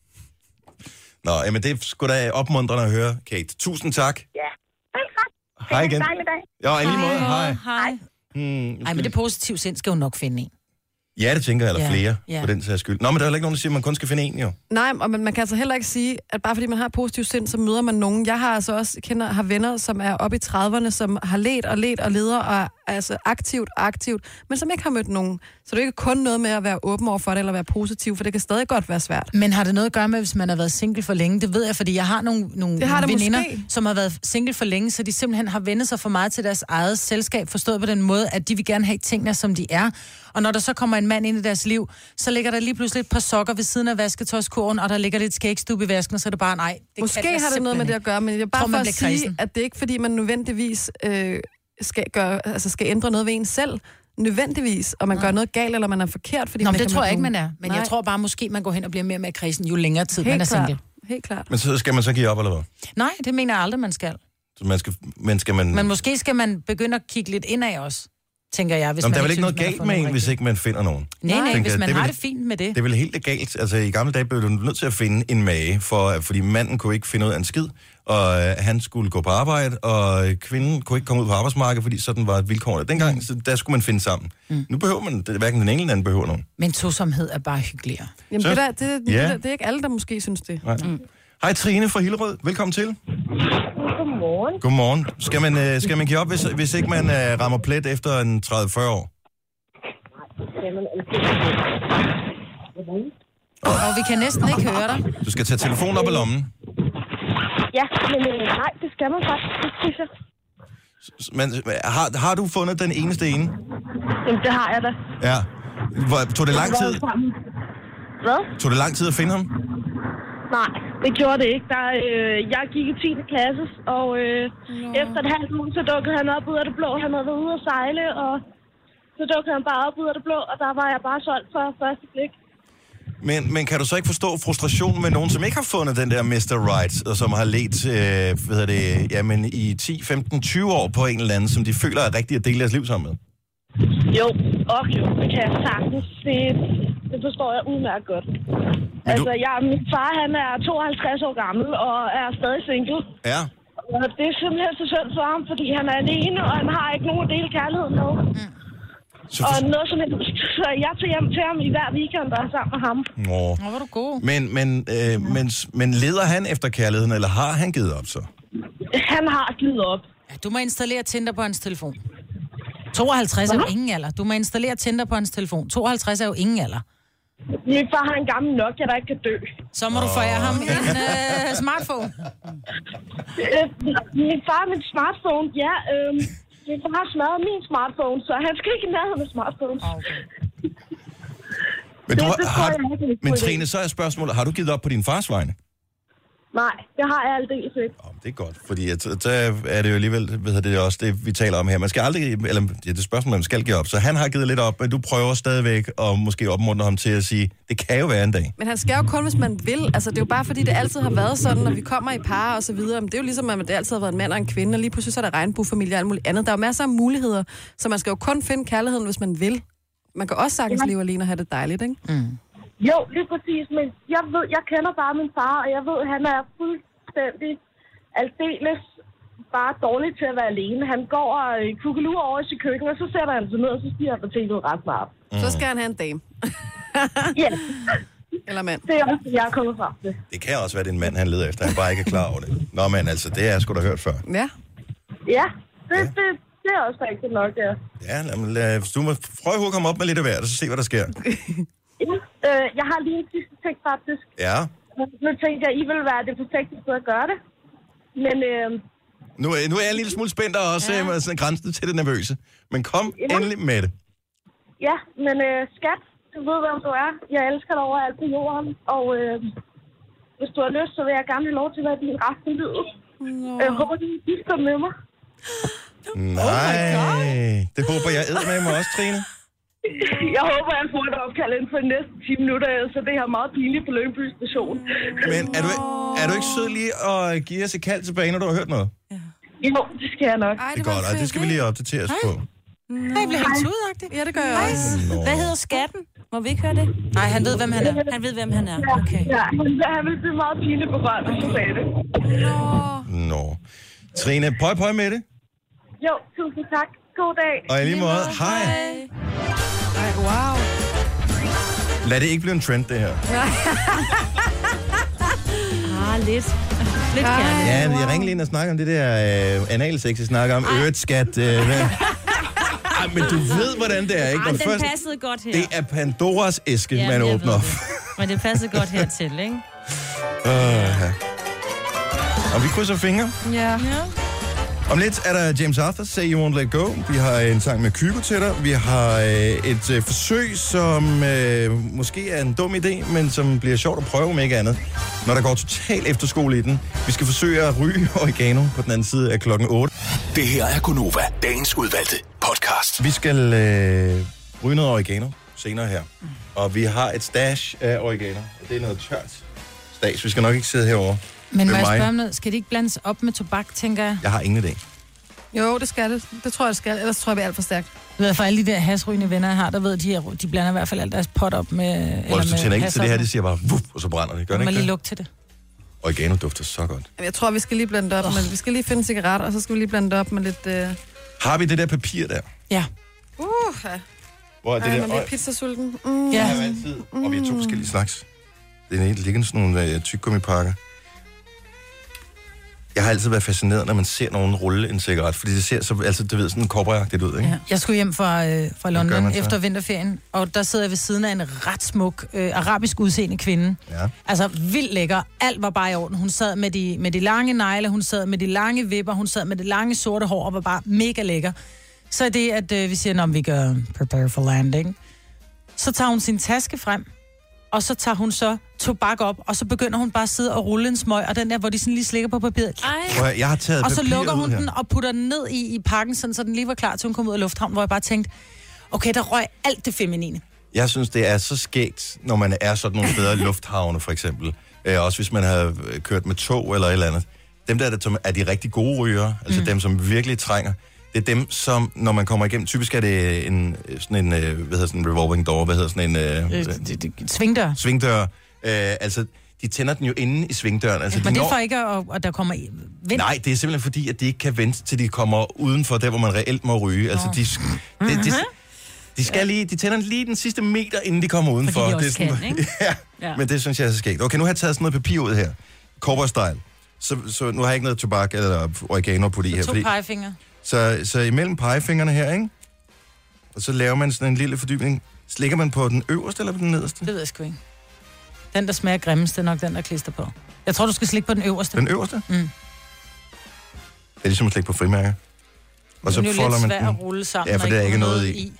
S2: Nå, men det er sgu da opmuntrende at høre, Kate. Tusind tak.
S9: Ja, helt tak.
S2: Hej igen.
S9: En dejlig dag.
S2: Ja, i lige måde. Hej.
S3: Ej, men det positive sind skal jo nok finde en.
S2: Ja, det tænker jeg, eller flere, på den sags skyld. Nå, men der er heller ikke nogen, der siger, at man kun skal finde en, jo.
S4: Nej, og man kan altså heller ikke sige, at bare fordi man har positiv sind, så møder man nogen. Jeg har altså også har venner, som er oppe i 30'erne, som har ledt og leder, og er altså aktivt, men som ikke har mødt nogen. Så det er ikke kun noget med at være åben over for det, eller være positiv, for det kan stadig godt være svært.
S3: Men har det noget at gøre med, hvis man har været single for længe? Det ved jeg, fordi jeg har nogle veninder, som har været single for længe, så de simpelthen har vendt sig for meget til deres eget selskab, forstået på den måde, at de vil gerne have tingene, som de er. Og når der så kommer en mand ind i deres liv, så ligger der lige pludselig et par sokker ved siden af vasketøjskurven, og der ligger lidt skægstub i vasken, og så er det bare, nej. Det
S4: måske har det noget med det at gøre, men jeg bare for at sige, at det ikke fordi, man nødvendigvis skal ændre noget ved en selv, nødvendigvis, og man gør noget galt, eller man er forkert, fordi man
S3: det tror jeg ikke, man er. Men jeg tror bare, måske man går hen og bliver mere med krisen, jo længere tid
S4: helt
S3: man er single.
S4: Helt klart.
S2: Men så skal man så give op, eller hvad?
S3: Nej, det mener jeg aldrig, man skal.
S2: Så skal man...
S3: Men måske skal man begynde at kigge lidt indad også, tænker jeg. Hvis
S2: Nå,
S3: man
S2: der er vel
S3: ikke
S2: ikke noget
S3: synes,
S2: galt med en, hvis ikke man finder nogen.
S3: Nej, hvis man har
S2: vel,
S3: det fint med det.
S2: Det er vel helt legalt. Altså, i gamle dage blev du nødt til at finde en mage, fordi manden kunne ikke finde ud af en skid, og han skulle gå på arbejde, og kvinden kunne ikke komme ud på arbejdsmarkedet, fordi sådan var vilkårene. Dengang, så der skulle man finde sammen. Nu behøver man, hverken den ene eller anden behøver nogen.
S3: Men tosomhed er bare hyggeligere.
S4: Jamen, det er ikke alle, der måske synes det.
S2: Hej Trine fra Hillerød. Velkommen til.
S11: Godmorgen.
S2: Godmorgen. Skal man give op, hvis ikke man rammer plet efter en 30-40 år?
S3: Og vi kan næsten ikke høre dig.
S2: Du skal tage telefonen op af lommen.
S11: Ja, men nej, det skal man faktisk, synes jeg.
S2: Men har du fundet den eneste ene?
S11: Jamen, det har jeg da.
S2: Ja. Tog det lang tid?
S11: Hvad?
S2: Tog det lang tid at finde ham?
S11: Nej, det gjorde det ikke. Jeg gik i 10. klasse, og efter et halvt uge, så dukkede han op ud af det blå. Han havde været ude at sejle, og så dukkede han bare op ud af det blå, og der var jeg bare solgt for første blik.
S2: Men kan du så ikke forstå frustrationen med nogen, som ikke har fundet den der Mr. Right, og som har ledt i 10, 15, 20 år på en eller anden, som de føler er rigtigt at dele deres liv sammen med?
S11: Jo, det kan jeg sagtens. Det forstår jeg udmærket godt. Altså, min far, han er 52 år gammel og er stadig single.
S2: Ja.
S11: Og det er simpelthen så synd for ham, fordi han er alene, og han har ikke nogen at dele kærligheden med. Og noget som helst. Så jeg tager hjem til ham i hver weekend, og er sammen med ham.
S3: Hvor er du god.
S2: Men leder han efter kærligheden, eller har han givet op så?
S11: Han har givet op.
S3: Ja, du må installere Tinder på hans telefon. 52 er jo ingen alder. Du må installere Tinder på hans telefon. 52 er jo ingen alder.
S11: Min far har en gammel Nokia, der ikke kan dø.
S3: Så må du forære ham en smartphone.
S11: Min far med en smartphone, ja. Min far har smadret min smartphone, så han skal ikke i nærheden med smartphone.
S2: Okay. Men Trine, så er spørgsmålet, har du givet op på din fars vegne?
S11: Nej, det har jeg aldeles ikke.
S2: Det er godt, fordi så er det jo alligevel, det er også det, vi taler om her. Man skal aldrig, eller det er spørgsmålet, man skal give op. Så han har givet lidt op, men du prøver stadigvæk at måske opmuntre ham til at sige, det kan jo være en dag.
S4: Men han skal jo kun, hvis man vil. Altså, det er jo bare fordi, det altid har været sådan, når vi kommer i par og så videre. Men det er jo ligesom, at det altid har været en mand og en kvinde, og lige pludselig så er der regnbuefamilie og alt muligt andet. Der er jo masser af muligheder, så man skal jo kun finde kærligheden, hvis man vil. Man kan også sagtens leve alene og have det dejligt, ikke?
S11: Jo, lige præcis, men jeg kender bare min far, og jeg ved, at han er fuldstændig aldeles bare dårlig til at være alene. Han går og kukkelurer over i sit køkken, og så sætter han sig ned, og så stiger han på ting ud ret snart.
S4: Så skal han have en dame.
S11: Ja.
S4: Eller mand.
S11: Det er også det, jeg er kommet frem til.
S2: Det kan også være, det er en mand, han leder efter. Han bare ikke er klar over det. Nå, men altså, det er jeg sgu da hørt før.
S4: Ja.
S11: Ja, det er også rigtigt nok, ja.
S2: Ja, du må prøve at komme op med lidt af hvert, og så se, hvad der sker.
S11: Jeg har lige en sidste ting, faktisk.
S2: Ja.
S11: Nu tænkte jeg, I ville være det perfekte sted at gøre det. Men
S2: nu er jeg en lille smule spændt og også grænsen til det nervøse. Men kom endelig med det.
S11: Ja, men skat, du ved, hvem du er. Jeg elsker dig overalt på jorden. Og hvis du har lyst, så vil jeg gerne have lov til at være din resten af livet. Jeg håber, du vil gifte dig med mig.
S2: Nej, det håber jeg med mig også, Trine.
S11: Jeg håber, jeg får et opkald inden for de næste 10 minutter, så det her meget pinligt på Lyngby station.
S2: Men er du ikke sød lige at give os et kald tilbage, når du har hørt noget?
S11: Jo, det skal jeg nok.
S2: Det er godt, og det skal vi lige opdatere os på.
S3: Nej, bliver helt tudagtigt.
S4: Ja, det gør jeg også.
S6: Hvad hedder skatten? Må vi ikke høre det?
S3: Nej, han ved, hvem han er.
S6: Han ved, hvem han er. Okay.
S11: Ja, han vil blive meget pinligt på grøn, hvis du sagde det.
S2: Nå. Trine, pøj med det.
S11: Jo, tusind tak. God dag.
S2: Og i lige måde, hej.
S4: Ej, wow.
S2: Lad det ikke blive en trend, det her.
S6: Lidt kærligt.
S2: Ja, jeg ringer lige ind og snakker om det der analsex, jeg snakker om. Øget skat. Men du ved, hvordan det er, ikke?
S6: Den passede godt her.
S2: Det er Pandoras æske, man åbner op.
S6: Men det passede godt hertil, ikke?
S2: Og vi krydser fingre.
S4: Ja.
S2: Om lidt er der James Arthur, Say You Won't Let Go. Vi har en sang med Kygo til dig. Vi har et forsøg, som måske er en dum idé, men som bliver sjovt at prøve, om ikke andet, når der går totalt efterskole i den. Vi skal forsøge at ryge oregano på den anden side af klokken 8.
S5: Det her er Gonova, dagens udvalgte podcast.
S2: Vi skal ryge noget oregano senere her. Og vi har et stash af oregano. Det er noget tørt stash. Vi skal nok ikke sidde herovre
S3: Men må
S2: Med
S3: jeg
S2: mig.
S3: spørge om noget? Skal det ikke blandes op med tobak, tænker jeg?
S2: Jeg har ingen idé.
S4: Jo, det skal det. Det tror jeg, det skal. Ellers tror jeg, det er alt for stærkt.
S3: Jeg ved, for alle de der hasrygende venner, jeg har, der ved, de blander i hvert fald alt deres pot op med...
S2: Hvor hvis du tænder ind til det her,
S3: det
S2: de siger bare, vup, og så brænder det. Gør det
S3: man
S2: ikke
S3: lige
S2: det?
S3: lugte til det.
S2: Oregano dufter så godt.
S4: Jamen, jeg tror, vi skal lige blande det op. Men vi skal lige finde en cigaret, og så skal vi lige blande det op med lidt...
S2: Har vi det der papir der?
S3: Ja.
S2: Hvor er det
S4: Ej,
S2: der?
S4: man bliver pizzasulten.
S2: Ja. Har altid. Og vi har 2 forskellige slags. Det er en ligger sådan nogle tyggegummipakker. Jeg har altid været fascineret, når man ser nogen rulle en cigaret, fordi det ser så, altså, du ved, sådan cowboyagtigt ud, ikke?
S3: Ja. Jeg skulle hjem fra
S2: gør
S3: London
S2: man så?
S3: efter vinterferien, og der sidder jeg ved siden af en ret smuk, arabisk udseende kvinde.
S2: Ja.
S3: Altså vildt lækker. Alt var bare i orden. Hun sad med de lange negle, hun sad med de lange vipper, hun sad med det lange sorte hår og var bare mega lækker. Så er det, at vi siger, når vi gør prepare for landing, så tager hun sin taske frem, og så tager hun så tobak op, og så begynder hun bare at sidde og rulle en smøg, og den der, hvor de sådan lige slikker på papiret.
S2: Jeg har taget
S3: og så
S2: papir
S3: lukker
S2: ud
S3: hun
S2: her.
S3: den og putter den ned i pakken, sådan, så den lige var klar til hun kom ud af lufthavnen, hvor jeg bare tænkte, okay, der røg alt det feminine.
S2: Jeg synes, det er så skægt, når man er sådan nogle steder, lufthavne for eksempel. Også hvis man har kørt med tog eller et eller andet. Dem der er de rigtig gode rygere, altså dem, som virkelig trænger. Det er dem, som, når man kommer igennem, typisk er det sådan en revolving door,
S3: Svingdør.
S2: Svingdør. Altså, de tænder den jo inde i svingdøren. Altså,
S3: Men det er for ikke, at der kommer vind.
S2: Nej, det er simpelthen fordi, at de ikke kan vente, til de kommer udenfor, der hvor man reelt må ryge. Altså, de skal lige, de tænder lige den sidste meter, inden de kommer udenfor.
S6: Fordi de
S2: det er
S6: også
S2: sådan,
S6: kan, ikke?
S2: ja, men det synes jeg er så skægt. Okay, nu har jeg taget sådan noget papir ud her. Cowboy style. Så nu har jeg ikke noget tobak eller oregano på det her.
S3: 2 pegefingre.
S2: Så imellem pegefingrene her, ikke? Og så laver man sådan en lille fordybning. Slikker man på den øverste eller på den nederste?
S3: Det ved jeg sgu ikke. Den, der smager grimmest, det er nok den, der klister på. Jeg tror, du skal slikke på den øverste.
S2: Den øverste?
S3: Mm.
S2: Det er ligesom at slikke på frimærker. Og så
S3: det er jo
S2: folder
S3: lidt
S2: man
S3: svært
S2: den.
S3: at rulle sammen,
S2: Ja, for
S3: når
S2: der er ikke
S3: kommer
S2: noget i.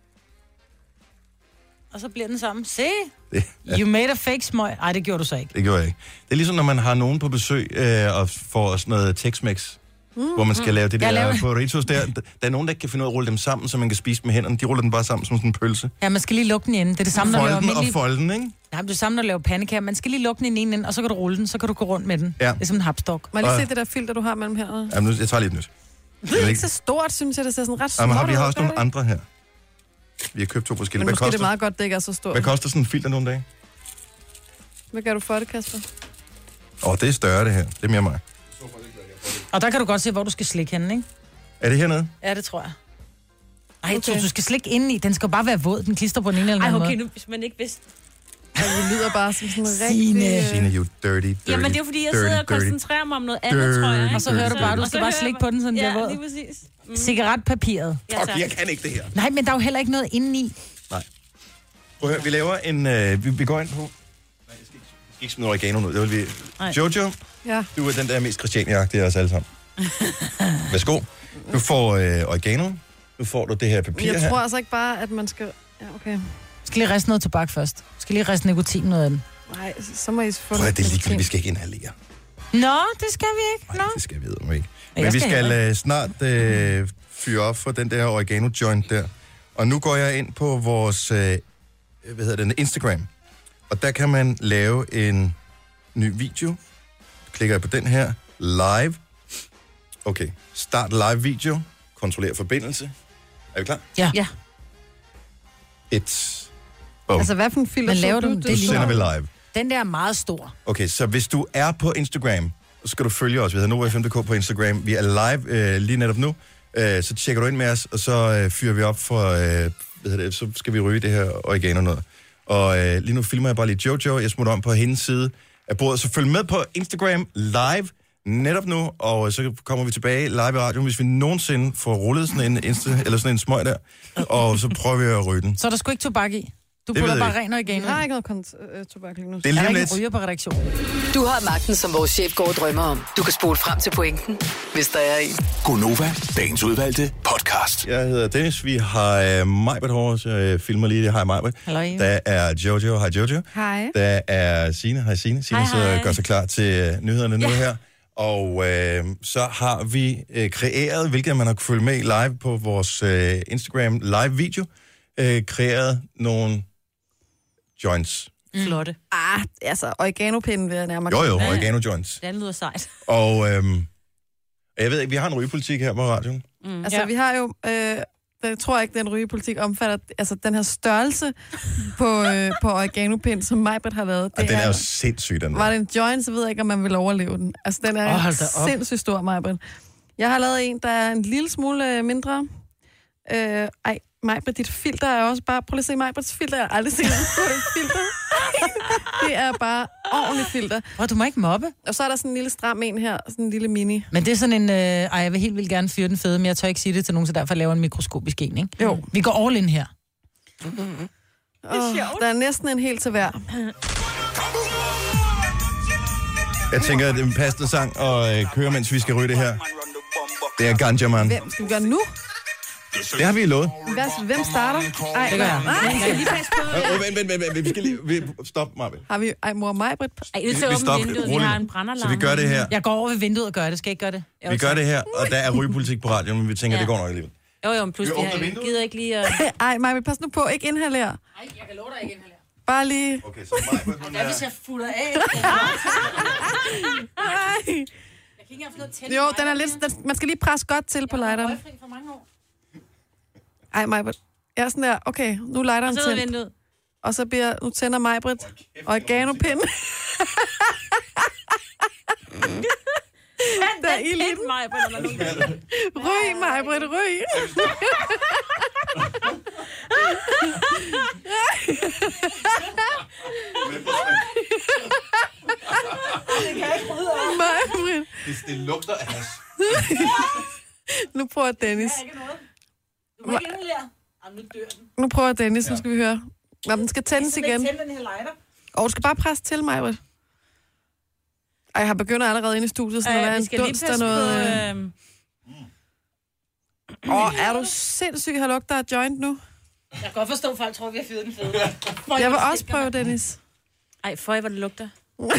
S3: Og så bliver den sammen. Se,
S2: Det,
S3: you made a fake smøg. Ej, det gjorde du så ikke.
S2: det gjorde jeg ikke. Det er ligesom, når man har nogen på besøg og får sådan noget Tex-Mex, hvor man skal lave det der burritos der. Der er nogen, der ikke kan finde ud af at rulle dem sammen, så man kan spise med hænderne. De ruller den bare sammen som sådan en pølse.
S3: Ja, man skal lige lukke den i enden. Det er det samme, når du laver almindelig...
S2: folde den, ikke?
S3: Nej, det er samme, når du laver pandekager. Man skal lige lukke den i en ende, og så kan du rulle den, så kan du gå rundt med den.
S2: Ja.
S3: Det er som en hapstok.
S4: Må jeg lige se det der filter, du har mellem her?
S2: Jamen, jeg tager lige et nyt.
S4: Det er ikke så stort, synes jeg. Det ser sådan ret
S2: Jamen,
S4: småt ud.
S2: vi har også nogle andre her. Vi har købt 2 forskellige.
S4: Men måske det er meget godt, det ikke er så stort.
S2: Hvad koster sådan en filter nogle dage?
S4: Hvad gør du for det, Kasper?
S2: Det er større, det her. Det er mere mig.
S3: Og der kan du godt se, hvor du skal slikke henne, ikke?
S2: Er det hernede?
S3: Ja, det tror jeg. Ej, jeg tror, du skal slikke indeni. Den skal bare være våd. Den klister på den ene eller anden måde.
S6: nu, hvis man ikke vidste.
S4: Det lyder bare som sådan en
S3: Signe.
S4: rigtig...
S2: Signe, you dirty.
S6: Jamen, det er jo fordi, jeg sidder og koncentrerer mig om noget andet, tror jeg. Ikke?
S3: Og så hører du bare, du skal bare slikke på den, sådan der våd.
S6: Ja, lige præcis.
S3: Cigaretpapiret.
S2: Fuck, jeg kan ikke det her.
S3: Nej, men der er jo heller ikke noget indeni.
S2: Nej. Prøv at høre, vi laver en... vi går ind på... Nej, jeg skal ikke smide oregano nu. Det vil vi...
S6: Nej.
S2: Jojo,
S4: Ja.
S2: du er den der mest Christiania-agtige af os alle sammen. Værsgo. Du får oregano. Nu får du det her papir
S4: Jeg
S2: her.
S4: tror altså ikke bare, at man skal... Ja, okay.
S3: Jeg skal lige riste noget tobak først. Jeg skal lige riste nikotin ud af den.
S4: Nej, så må I få...
S2: Prøv at det er ligegyldigt, vi skal ikke inhalere.
S3: Nå, det skal vi ikke.
S2: Nej, det skal vi ikke. Men
S3: jeg
S2: vi
S3: skal
S2: skal snart fyre op for den der oregano-joint der. Og nu går jeg ind på vores Instagram. Og der kan man lave en ny video. Klikker jeg på den her. Live. Okay. Start live video. Kontroller forbindelse. Er vi klar?
S3: Ja.
S4: Altså, hvad for en filter
S3: Men laver du
S2: Nu sender vi live.
S3: Den der er meget stor.
S2: Okay, så hvis du er på Instagram, så skal du følge os. Vi hedder NovaFM.dk på Instagram. Vi er live lige netop nu. Så tjekker du ind med os, og så fyrer vi op for... så skal vi ryge det her oregano noget. Og lige nu filmer jeg bare lige Jojo. Jeg smutter om på hendes side af bordet. Så følg med på Instagram live netop nu, og så kommer vi tilbage live i radioen, hvis vi nogensinde får rullet sådan en eller sådan en smøg der, og så prøver vi at ryge den.
S3: Så er der sgu ikke tobak i. Du
S2: Det
S3: putter
S2: ved jeg
S3: bare ren oregano.
S4: Jeg har ikke noget tobak lige nu.
S2: Det er lige
S3: der
S2: om
S3: ikke
S2: lidt.
S3: en ryger på redaktionen?
S1: Du har magten, som vores chef går og drømmer om. Du kan spole frem til pointen, hvis der er en.
S5: Gonova, dagens udvalgte podcast.
S2: Jeg hedder Dennis. Vi har Majbert Hård, så jeg filmer lige det. Hej Majbert.
S3: Halløj.
S2: Der er Jojo. Hej Jojo.
S4: Hej.
S2: Der er Signe. Hej Signe. Signe så gør sig klar til nyhederne nu her. Og så har vi kreeret, hvilket man har kunnet følge med i live på vores Instagram live video, kreeret nogle joints
S6: flotte.
S4: Altså, oreganopinden vil jeg nærmere.
S2: Jo, oregano joints.
S6: Den lyder sejt.
S2: Og jeg ved ikke, vi har en rygepolitik her på radioen.
S4: Altså, vi har jo... jeg tror ikke, den rygepolitik omfatter altså, den her størrelse på oreganopind, som Majbert har lavet.
S2: Den er jo sindssyg, den der.
S4: Var det en joint, så ved jeg ikke, om man vil overleve den. Altså, den er sindssygt stor, Majbert. Jeg har lavet en, der er en lille smule mindre. Majbert, dit filter er også bare... Prøv lige at se, Majberts filter. Jeg har aldrig set et filter. Det er bare ordentligt filter.
S3: Du må ikke mobbe.
S4: Og så er der sådan en lille stram en her, sådan en lille mini.
S3: Men det er sådan en... jeg vil helt vildt gerne fyre den fede, men jeg tør ikke sige det til nogen, så derfor laver en mikroskopisk en, ikke?
S4: Jo.
S3: Vi går all in her.
S4: Der er næsten en helt til hver.
S2: Jeg tænker, at det er en passende sang at køre, mens vi skal ryge det her. Det er Ganja Man.
S4: Hvem skal vi gøre nu?
S2: Det har vi lovet.
S4: Hvem starter?
S3: Det gør jeg.
S6: Nej, jeg skal lige passe på.
S2: Vi skal lige... Stop, Marvind.
S4: Har vi... mor og Majbrit?
S6: Vi stopper vinduet, vi har en brændalarm.
S2: Så vi gør det her.
S3: Jeg går over ved vinduet og gør det. Skal jeg ikke gøre det?
S2: Vi gør det her, og der er rygepolitik på radioen, men vi tænker, det går nok alligevel.
S6: Jo, men pludselig jeg gider ikke lige at...
S4: Majbrit, pas nu på. Ikke inhalere.
S3: Nej, jeg kan love dig ikke inhalere.
S4: Bare lige...
S2: Okay, så Majbrit, hun er...
S3: Hvis jeg futter af.
S4: Jo, den er lidt... Man skal lige presse godt til på lighteren.
S3: For mange år.
S4: Ej, Majbrit. Jeg er sådan der, okay, nu lighteren tændt. Og så bliver... Nu tænder Majbrit. Oreganopind. Der er ild i den. Ryg, Majbrit, ryg. Majbrit.
S2: Det lugter af has.
S4: Nu prøver Dennis.
S3: Du må ikke inhalere. Nu dør den.
S4: Nu prøver Dennis, nu skal vi høre. Nå, den skal tændes igen.
S3: Tænd den her lighter.
S4: Og du skal bare presse til, Majbrit. Ej, jeg har begyndt allerede inde i studiet, så der er en dunst af noget... er du sindssyg, har lugter af joint nu?
S3: Jeg kan godt forstå, at folk tror, at vi har fyret den fede.
S4: Jeg vil også prøve, Dennis.
S6: Ej, hvor det lugter.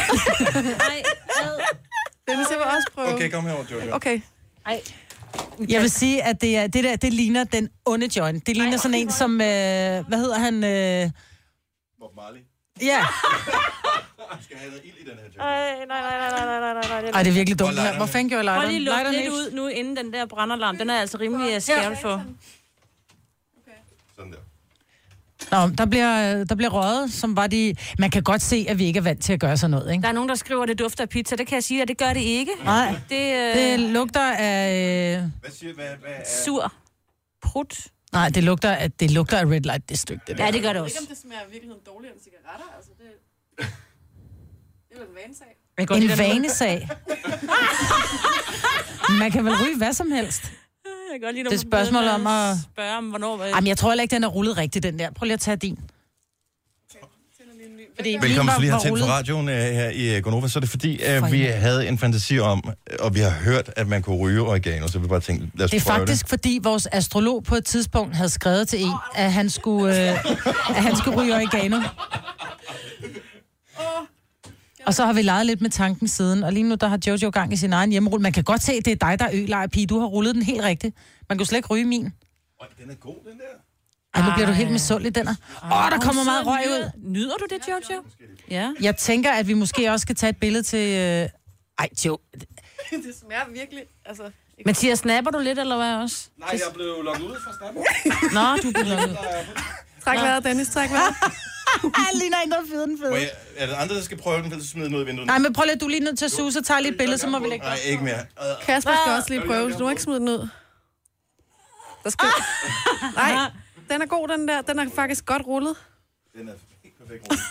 S4: Dennis, jeg vil også prøve.
S2: Okay, kom herover, Jojo.
S4: Okay.
S3: Ej. Jeg vil sige, at det der, det ligner den onde joint. Det ligner sådan en som, hvad hedder han?
S2: Bob Marley.
S3: Ja.
S2: Du skal have noget ild i den her joint.
S3: Ej, det er virkelig dumt det her. Hvor fanden gjorde jeg
S6: lighteren? Prøv lige
S3: at
S6: lukke lidt ud nu, inden den der brændalarm. Den er altså rimelig skærm for.
S2: Sådan der.
S3: Nå, der bliver røget, som var de... Man kan godt se, at vi ikke er vant til at gøre sådan noget, ikke?
S6: Der er nogen, der skriver, at det dufter af pizza. Det kan jeg sige, at det gør det ikke.
S3: Nej, det lugter af...
S2: Hvad siger hvad er...
S6: Sur. Prut.
S3: Nej, det lugter af Red Light District, det der.
S6: Ja, det gør det også.
S4: Jeg ved ikke, om det smager virkeligheden dårligere end cigaretter. Altså, det er en vanesag.
S3: En vanesag? Man kan vel ryge hvad som helst.
S6: Jeg kan godt lide,
S3: det er spørgsmål om at...
S6: spørge om, hvornår...
S3: Jamen, jeg tror heller ikke, den er rullet rigtigt, den der. Prøv lige at tage din.
S2: Fordi velkommen til lige her tændt for radioen her i Gonova. Så er det fordi, vi havde en fantasi om, og vi har hørt, at man kunne ryge oregano, så vi bare tænkte, lad os prøve det.
S3: Det er faktisk fordi, vores astrolog på et tidspunkt havde skrevet til en, at han skulle ryge oregano. Og så har vi leget lidt med tanken siden, og lige nu der har Jojo gang i sin egen hjemmerulle. Man kan godt se, at det er dig, der er ølejerpige. Du har rullet den helt rigtigt. Man kan slet ikke ryge min.
S2: Den er god, den der.
S3: Ej, nu bliver du helt misundelig, den er. Der kommer meget røg ud.
S6: Nyder du det, Jojo? Ja.
S3: Jeg tænker, at vi måske også skal tage et billede til... Jo.
S4: Det smager virkelig... Altså,
S6: Mathias, snapper du lidt, eller hvad også?
S2: Nej, jeg er blevet lukket ud fra snappen.
S6: Nå, du er blevet lukket ud.
S4: Træk vejret, Dennis, træk vejret.
S3: Jeg ligner en, der fede den fede.
S2: Er der andre, der skal prøve den, for at smide den ud i vinduet?
S3: Nej, men prøv lige, du er lige nødt til at suge, så tager lige et billede, så må vi lægge.
S2: Nej, ikke mere.
S4: Kasper skal også lige prøve, så du må ikke smide den ud. Der skal... Nej, den er god, den der. Den er faktisk godt rullet.
S2: Den er helt perfekt rullet.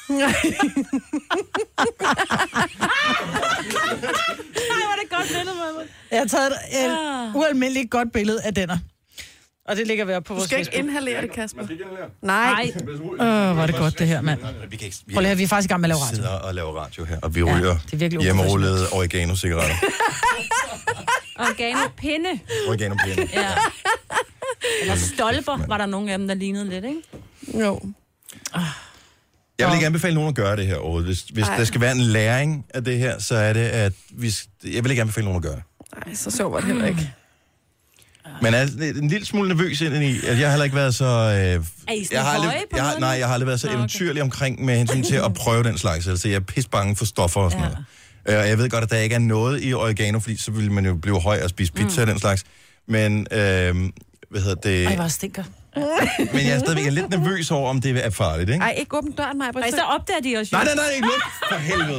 S6: Nej, var det godt billede, Maja.
S3: Jeg har taget et ualmindeligt godt billede af denner. Og det ligger vi op på vores Facebook.
S4: Du skal ikke inhalere det, Kasper.
S3: Nej. Var det godt, det her, mand. Prøv lige, vi er faktisk i gang med at lave radio.
S2: Vi sidder og laver radio her, og vi ryger hjemmerullede oregano-cigaretter.
S6: Oregano-pinde.
S2: Oregano-pinde.
S6: Ja. Eller stolper, var der nogle af dem, der lignede lidt, ikke?
S4: Jo.
S2: Jeg vil ikke anbefale nogen at gøre det her overhovedet. Hvis der skal være en læring af det her, så er det, at jeg vil ikke anbefale nogen at gøre det.
S4: Nej, så sjovt var det heller ikke.
S2: Men er en lille smule nervøs ind i, at jeg har heller ikke været så... jeg har aldrig været så eventyrlig omkring med hensyn til at prøve den slags. Altså, jeg er pissebange for stoffer og sådan noget. Og jeg ved godt, at der ikke er noget i oregano, fordi så vil man jo blive høj og spise pizza og den slags. Men, hvad hedder det...
S3: Ej, hvor stinker.
S2: Men jeg er stadigvæk lidt nervøs over, om det er farligt, ikke?
S4: Ej, ikke åbne døren, Maja.
S6: Ej, så opdager de også.
S2: Nej, ikke luk. For helvede.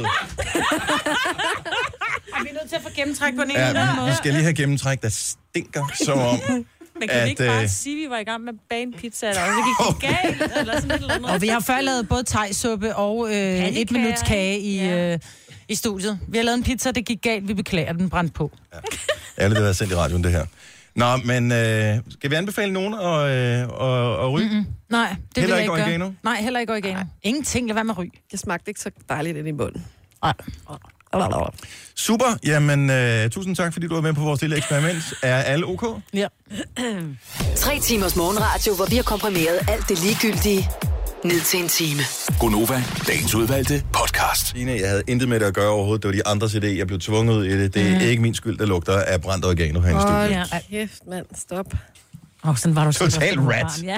S3: Ej, vi er nødt til at få gennemtræk på den ene eller anden måde.
S2: Vi skal lige have gennemtræk, der stinker som om...
S6: Men kan vi ikke bare sige, at vi var i gang med bagepizza, eller også det gik galt, eller sådan et eller andet?
S3: Og vi har før lavet både thajsuppe og 1 minuts kage i studiet. Vi har lavet en pizza, det gik galt, vi beklager, den brændte på.
S2: Ja. Ærligt, det har været sendt i radioen, det her. Nå, men skal vi anbefale nogen at ryge?
S3: Mm-mm. Nej, det
S2: heller
S3: vil jeg
S2: ikke
S3: ikke
S2: oregano?
S3: gøre. Nej, heller ikke oregano. Ingenting, lad være med at ryge.
S4: Det smagte ikke så dejligt ind i munden.
S3: Nej.
S2: Super, jamen tusind tak, fordi du var med på vores lille eksperiment. Er alle ok?
S3: Ja.
S1: 3 timers morgenradio, hvor vi har komprimeret alt det ligegyldige ned til en time.
S5: Gonova, dagens udvalgte podcast.
S2: Jeg havde intet med det at gøre overhovedet. Det var de andres idé. Jeg blev tvunget ud i det. Det er ikke min skyld, der lugter af brændt oregano her i studiet.
S4: Hold kæft, mand. Stop.
S6: Sådan var du
S2: Total rat.
S6: Ja.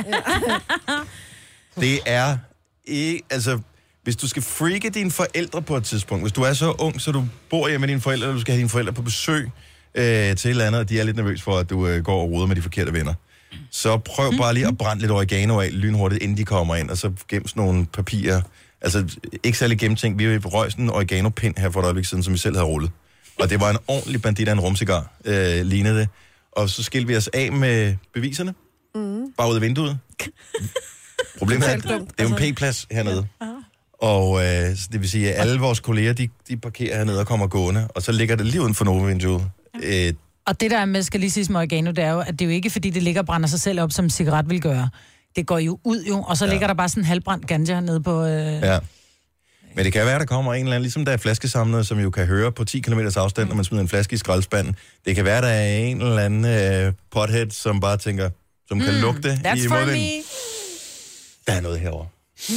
S2: Det er ikke... Altså, hvis du skal freake dine forældre på et tidspunkt, hvis du er så ung, så du bor hjemme med dine forældre, og du skal have dine forældre på besøg til et eller andet, og de er lidt nervøse for, at du går og roder med de forkerte venner, så prøv bare lige at brænde lidt oregano af lynhurtigt, inden de kommer ind, og så gem sådan nogle papirer. Altså, ikke særlig gennemtænkt. Vi røg sådan en oregano-pind her for et øjeblik siden, som vi selv havde rullet. Og det var en ordentlig bandit af en rumcigar, lignede det. Og så skilte vi os af med beviserne. Bare ud af vinduet. Problemet er, at det er jo en P-plads hernede. Og det vil sige, at alle vores kolleger, de parkerer hernede og kommer gående, og så ligger det lige uden for Nova-vinduet.
S3: Og det der med, skal lige sige med oregano, det er jo, at det er jo ikke, fordi det ligger og brænder sig selv op, som en cigaret vil gøre. Det går jo ud jo, og så ligger der bare sådan en halvbrændt ganja hernede på...
S2: Ja. Men det kan være, der kommer en eller anden, ligesom der er flaskesamlere, som jo kan høre på 10 km afstand, når man smider en flaske i skraldespanden. Det kan være, der er en eller anden pothead, som bare tænker, som kan lugte i munden. Der er noget herovre.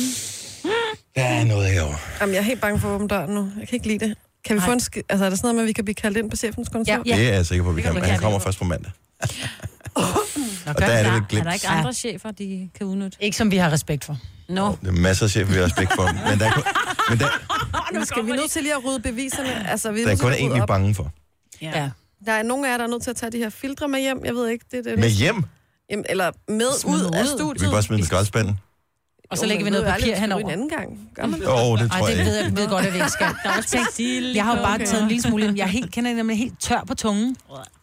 S2: Der er noget herovre.
S4: Jamen, jeg er helt bange for at åbne døren nu. Jeg kan ikke lide det. Kan vi få en altså, er der sådan noget med, at vi kan blive kaldt ind på chefens kontor?
S2: Ja. Det er jeg sikker på, vi kan. Han kommer først på mandag.
S6: Og der er det lidt glemt. Er der ikke andre chefer, de kan udnytte?
S3: Ikke som vi har respekt for.
S6: No.
S2: Det er masser af chefer, vi har respekt for.
S4: Men skal vi nødt til lige at rydde beviserne? Altså, vi
S2: der er kun en, vi er bange for.
S4: Ja. Der er nogen af jer, der er nødt til at tage de her filtre med hjem. Jeg ved ikke, det er det.
S2: Med hjem?
S4: Jamen, eller med ud af studiet.
S2: Vi kan bare smide den i skraldespanden.
S3: Og så lægger vi noget papir henover.
S4: En anden gang. Gør man det?
S2: Det tror jeg.
S3: Det ved godt, at vi ikke skal. Der er også tænkt, jeg har jo bare taget en lille smule. Jeg kender nemlig helt tør på tungen.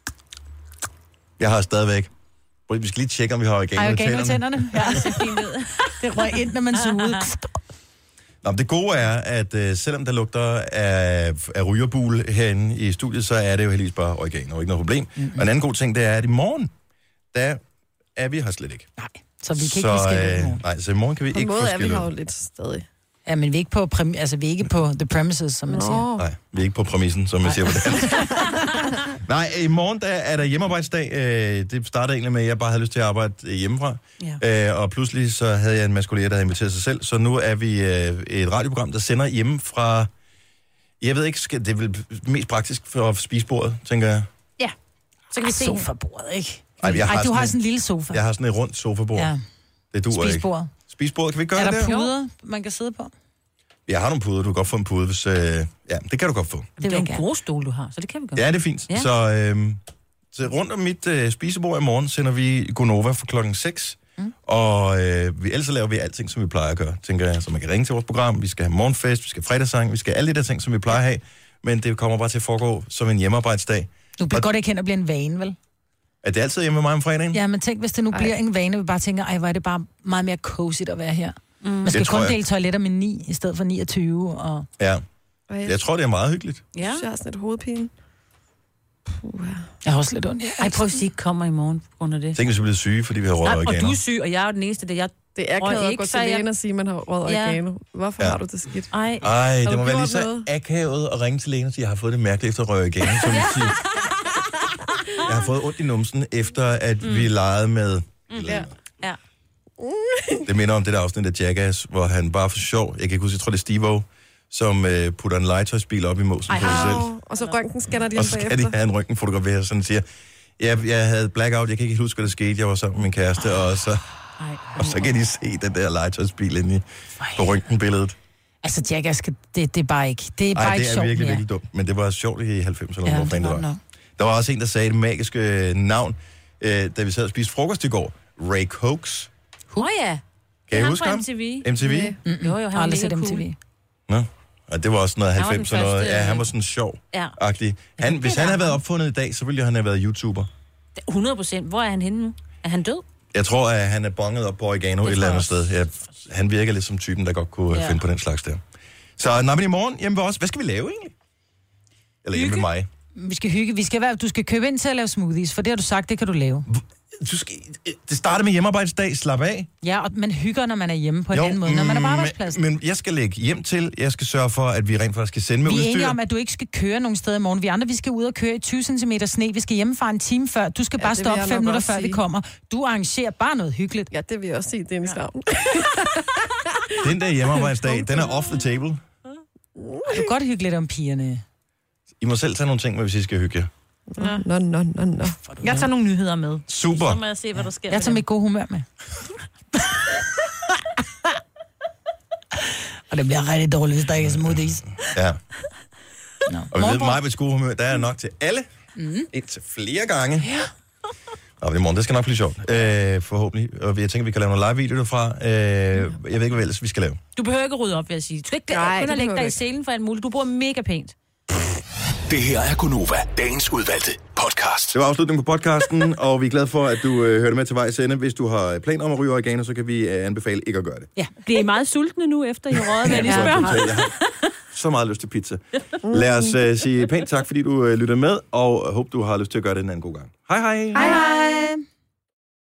S2: Jeg har stadigvæk. Vi skal lige tjekke, om vi har oregano i
S3: tænderne. Ja, det ser fint ud. Det røg ind, når man sugede.
S2: Nå, det gode er, at selvom der lugter af rygerbul herinde i studiet, så er det jo heldigvis bare oregano, ikke noget problem. Og en anden god ting, det er, at i morgen, der er vi her slet ikke.
S3: Nej, så vi kan ikke lige skille ud.
S2: Nej, så i morgen kan vi ikke få skille ud.
S4: På en måde er vi her jo lidt stadig.
S3: Ja, men vi er ikke på, vi er ikke på the premises, som man siger.
S2: Nej, vi er ikke på præmissen, som man siger på dansk. Nej, i morgen der er der hjemmearbejdsdag. Det startede egentlig med, at jeg bare havde lyst til at arbejde hjemmefra. Ja. Og pludselig så havde jeg en masse kolleger, der havde inviteret sig selv. Så nu er vi et radioprogram, der sender hjemme fra... Jeg ved ikke, det er vel mest praktisk for spisebordet, tænker jeg.
S3: Ja, så kan vi se sofabordet, ikke?
S2: Ej,
S3: du har sådan en lille sofa.
S2: Jeg har sådan et rundt sofabord. Ja. Det duer ikke.
S3: Spisebordet.
S2: Spisebordet, kan vi gøre det der?
S3: Er der puder, man kan sidde på?
S2: Jeg har nogle puder, du kan godt få en pude, hvis... ja, det kan du godt få.
S6: Det er en god stol, du har, så det kan vi godt.
S2: Ja, det er fint. Ja. Så rundt om mit spisebord i morgen sender vi Gonova for klokken 6. Og ellers laver vi alting, som vi plejer at gøre, tænker jeg. Så man kan ringe til vores program, vi skal have morgenfest, vi skal have fredagssang, vi skal have alle de der ting, som vi plejer at have. Men det kommer bare til at foregå som en hjemmearbejdsdag.
S3: Du bliver godt ikke hen og bliver en vane, vel?
S2: Er det altid hjemme med mig om fredagen?
S3: Ja, men tænk, hvis det nu bliver en vane, vi bare tænker, ej, hvor er det bare meget mere cozy at være her. Man skal kun dele toiletter med 9, i stedet for 29. Og...
S2: Ja. Jeg tror, det er meget hyggeligt.
S4: Ja. Jeg har sådan et hovedpine.
S3: Jeg har også lidt ondt.
S6: Ej, prøv at sige, ikke kommer i morgen på grund af det.
S2: Tænk, hvis vi bliver syge, fordi vi har røget oregano.
S6: Og du er syg, og jeg er jo den eneste, det er
S4: akavet at gå til lægen og sige, at man har røget oregano. Hvorfor har du det skidt?
S2: Ej, det må være lige så akavet at ringe til lægen og sige, at jeg har fået det mærkeligt efter at røge oregano, som vi siger. Jeg har fået ondt i numsen, efter at vi legede med...
S6: Ja.
S2: Det minder om det der afsnit af Jackass, hvor han bare for sjov, jeg kan ikke huske, jeg tror det er Steve-O, som putter en legetøjsbil op i måsen på sig selv.
S4: Og så røntgenscanner de
S2: og så skal de have en røntgenfotograferet, sådan siger, Jeg havde blackout, jeg kan ikke helt huske, hvad der skete. Jeg var sammen med min kæreste, og så kan de se den der legetøjsbil inde på røntgenbilledet.
S3: Altså, Jackass, det er bare ikke, det er bare ikke sjovt.
S2: Det er virkelig, virkelig dumt, men det var sjovt i 90'erne, hvor fanden det var. Der var også en, der sagde det magiske navn, da vi sad og spiste frokost i går. Ray Cokes.
S6: Ja.
S2: Kan I huske ham? MTV?
S6: Jo, han
S3: aldrig set MTV.
S2: Nå, og det var også noget 90'er noget. Ja, han var sådan sjov-agtig. Hvis han havde været opfundet i dag, så ville han have været YouTuber.
S6: 100%. Hvor er han henne nu? Er han død?
S2: Jeg tror, at han er bonget op på Oregano et eller andet sted. Han virker lidt som typen, der godt kunne finde på den slags der. Så når vi i morgen hjemme ved os, hvad skal vi lave egentlig? Eller hjemme ved mig?
S3: Vi skal hygge. Du skal købe ind til at lave smoothies, for det har du sagt, det kan du lave.
S2: Det starter med hjemmearbejdsdag, slap af.
S3: Ja, og man hygger, når man er hjemme på en anden måde, når man er på arbejdspladsen.
S2: Men jeg skal lægge hjem til, jeg skal sørge for, at vi rent faktisk skal sende med udstyr.
S3: Vi er enige om, at du ikke skal køre nogen steder i morgen. Vi andre, vi skal ud og køre i 20 cm sne. Vi skal hjemmefra en time før. Du skal bare stå op 5 minutter før vi kommer. Du arrangerer bare noget hyggeligt.
S4: Ja, det vil jeg også sige, Dennis navn.
S2: Den der hjemmearbejdsdag, den er off the table.
S3: Du kan godt hygge lidt om pigerne.
S2: I må selv tage nogle ting med, hvis I skal hygge.
S4: Nå.
S6: Jeg tager nogle nyheder med.
S2: Super.
S6: Så må jeg se, hvad der sker.
S3: Jeg tager mit gode humør med. Og det bliver rigtig dårligt, hvis der ikke er smoothies.
S2: Ja. Og vi ved, mig med gode humør, der er nok til alle. Indtil flere gange. Ja. Og i morgen, det skal nok blive sjovt. Forhåbentlig. Og jeg tænker, vi kan lave nogle live-videoer derfra. Jeg ved ikke, hvad ellers vi skal lave.
S6: Du behøver ikke rydde op, vil jeg sige. Du skal ikke kun lægge dig i selen for alt muligt. Du bor mega pænt.
S5: Det her er Gonova, dagens udvalgte podcast.
S2: Det var afslutningen på podcasten, og vi er glade for, at du hørte med til vejs ende. Hvis du har planer om at ryge oregano, så kan vi anbefale ikke at gøre det.
S6: Ja, bliver I meget sultne nu, efter I røget, hvad I spørger?
S2: Jeg har så meget lyst til pizza. Lad os sige pænt tak, fordi du lyttede med, og håber, du har lyst til at gøre det en anden god gang. Hej hej!
S4: Hej hej!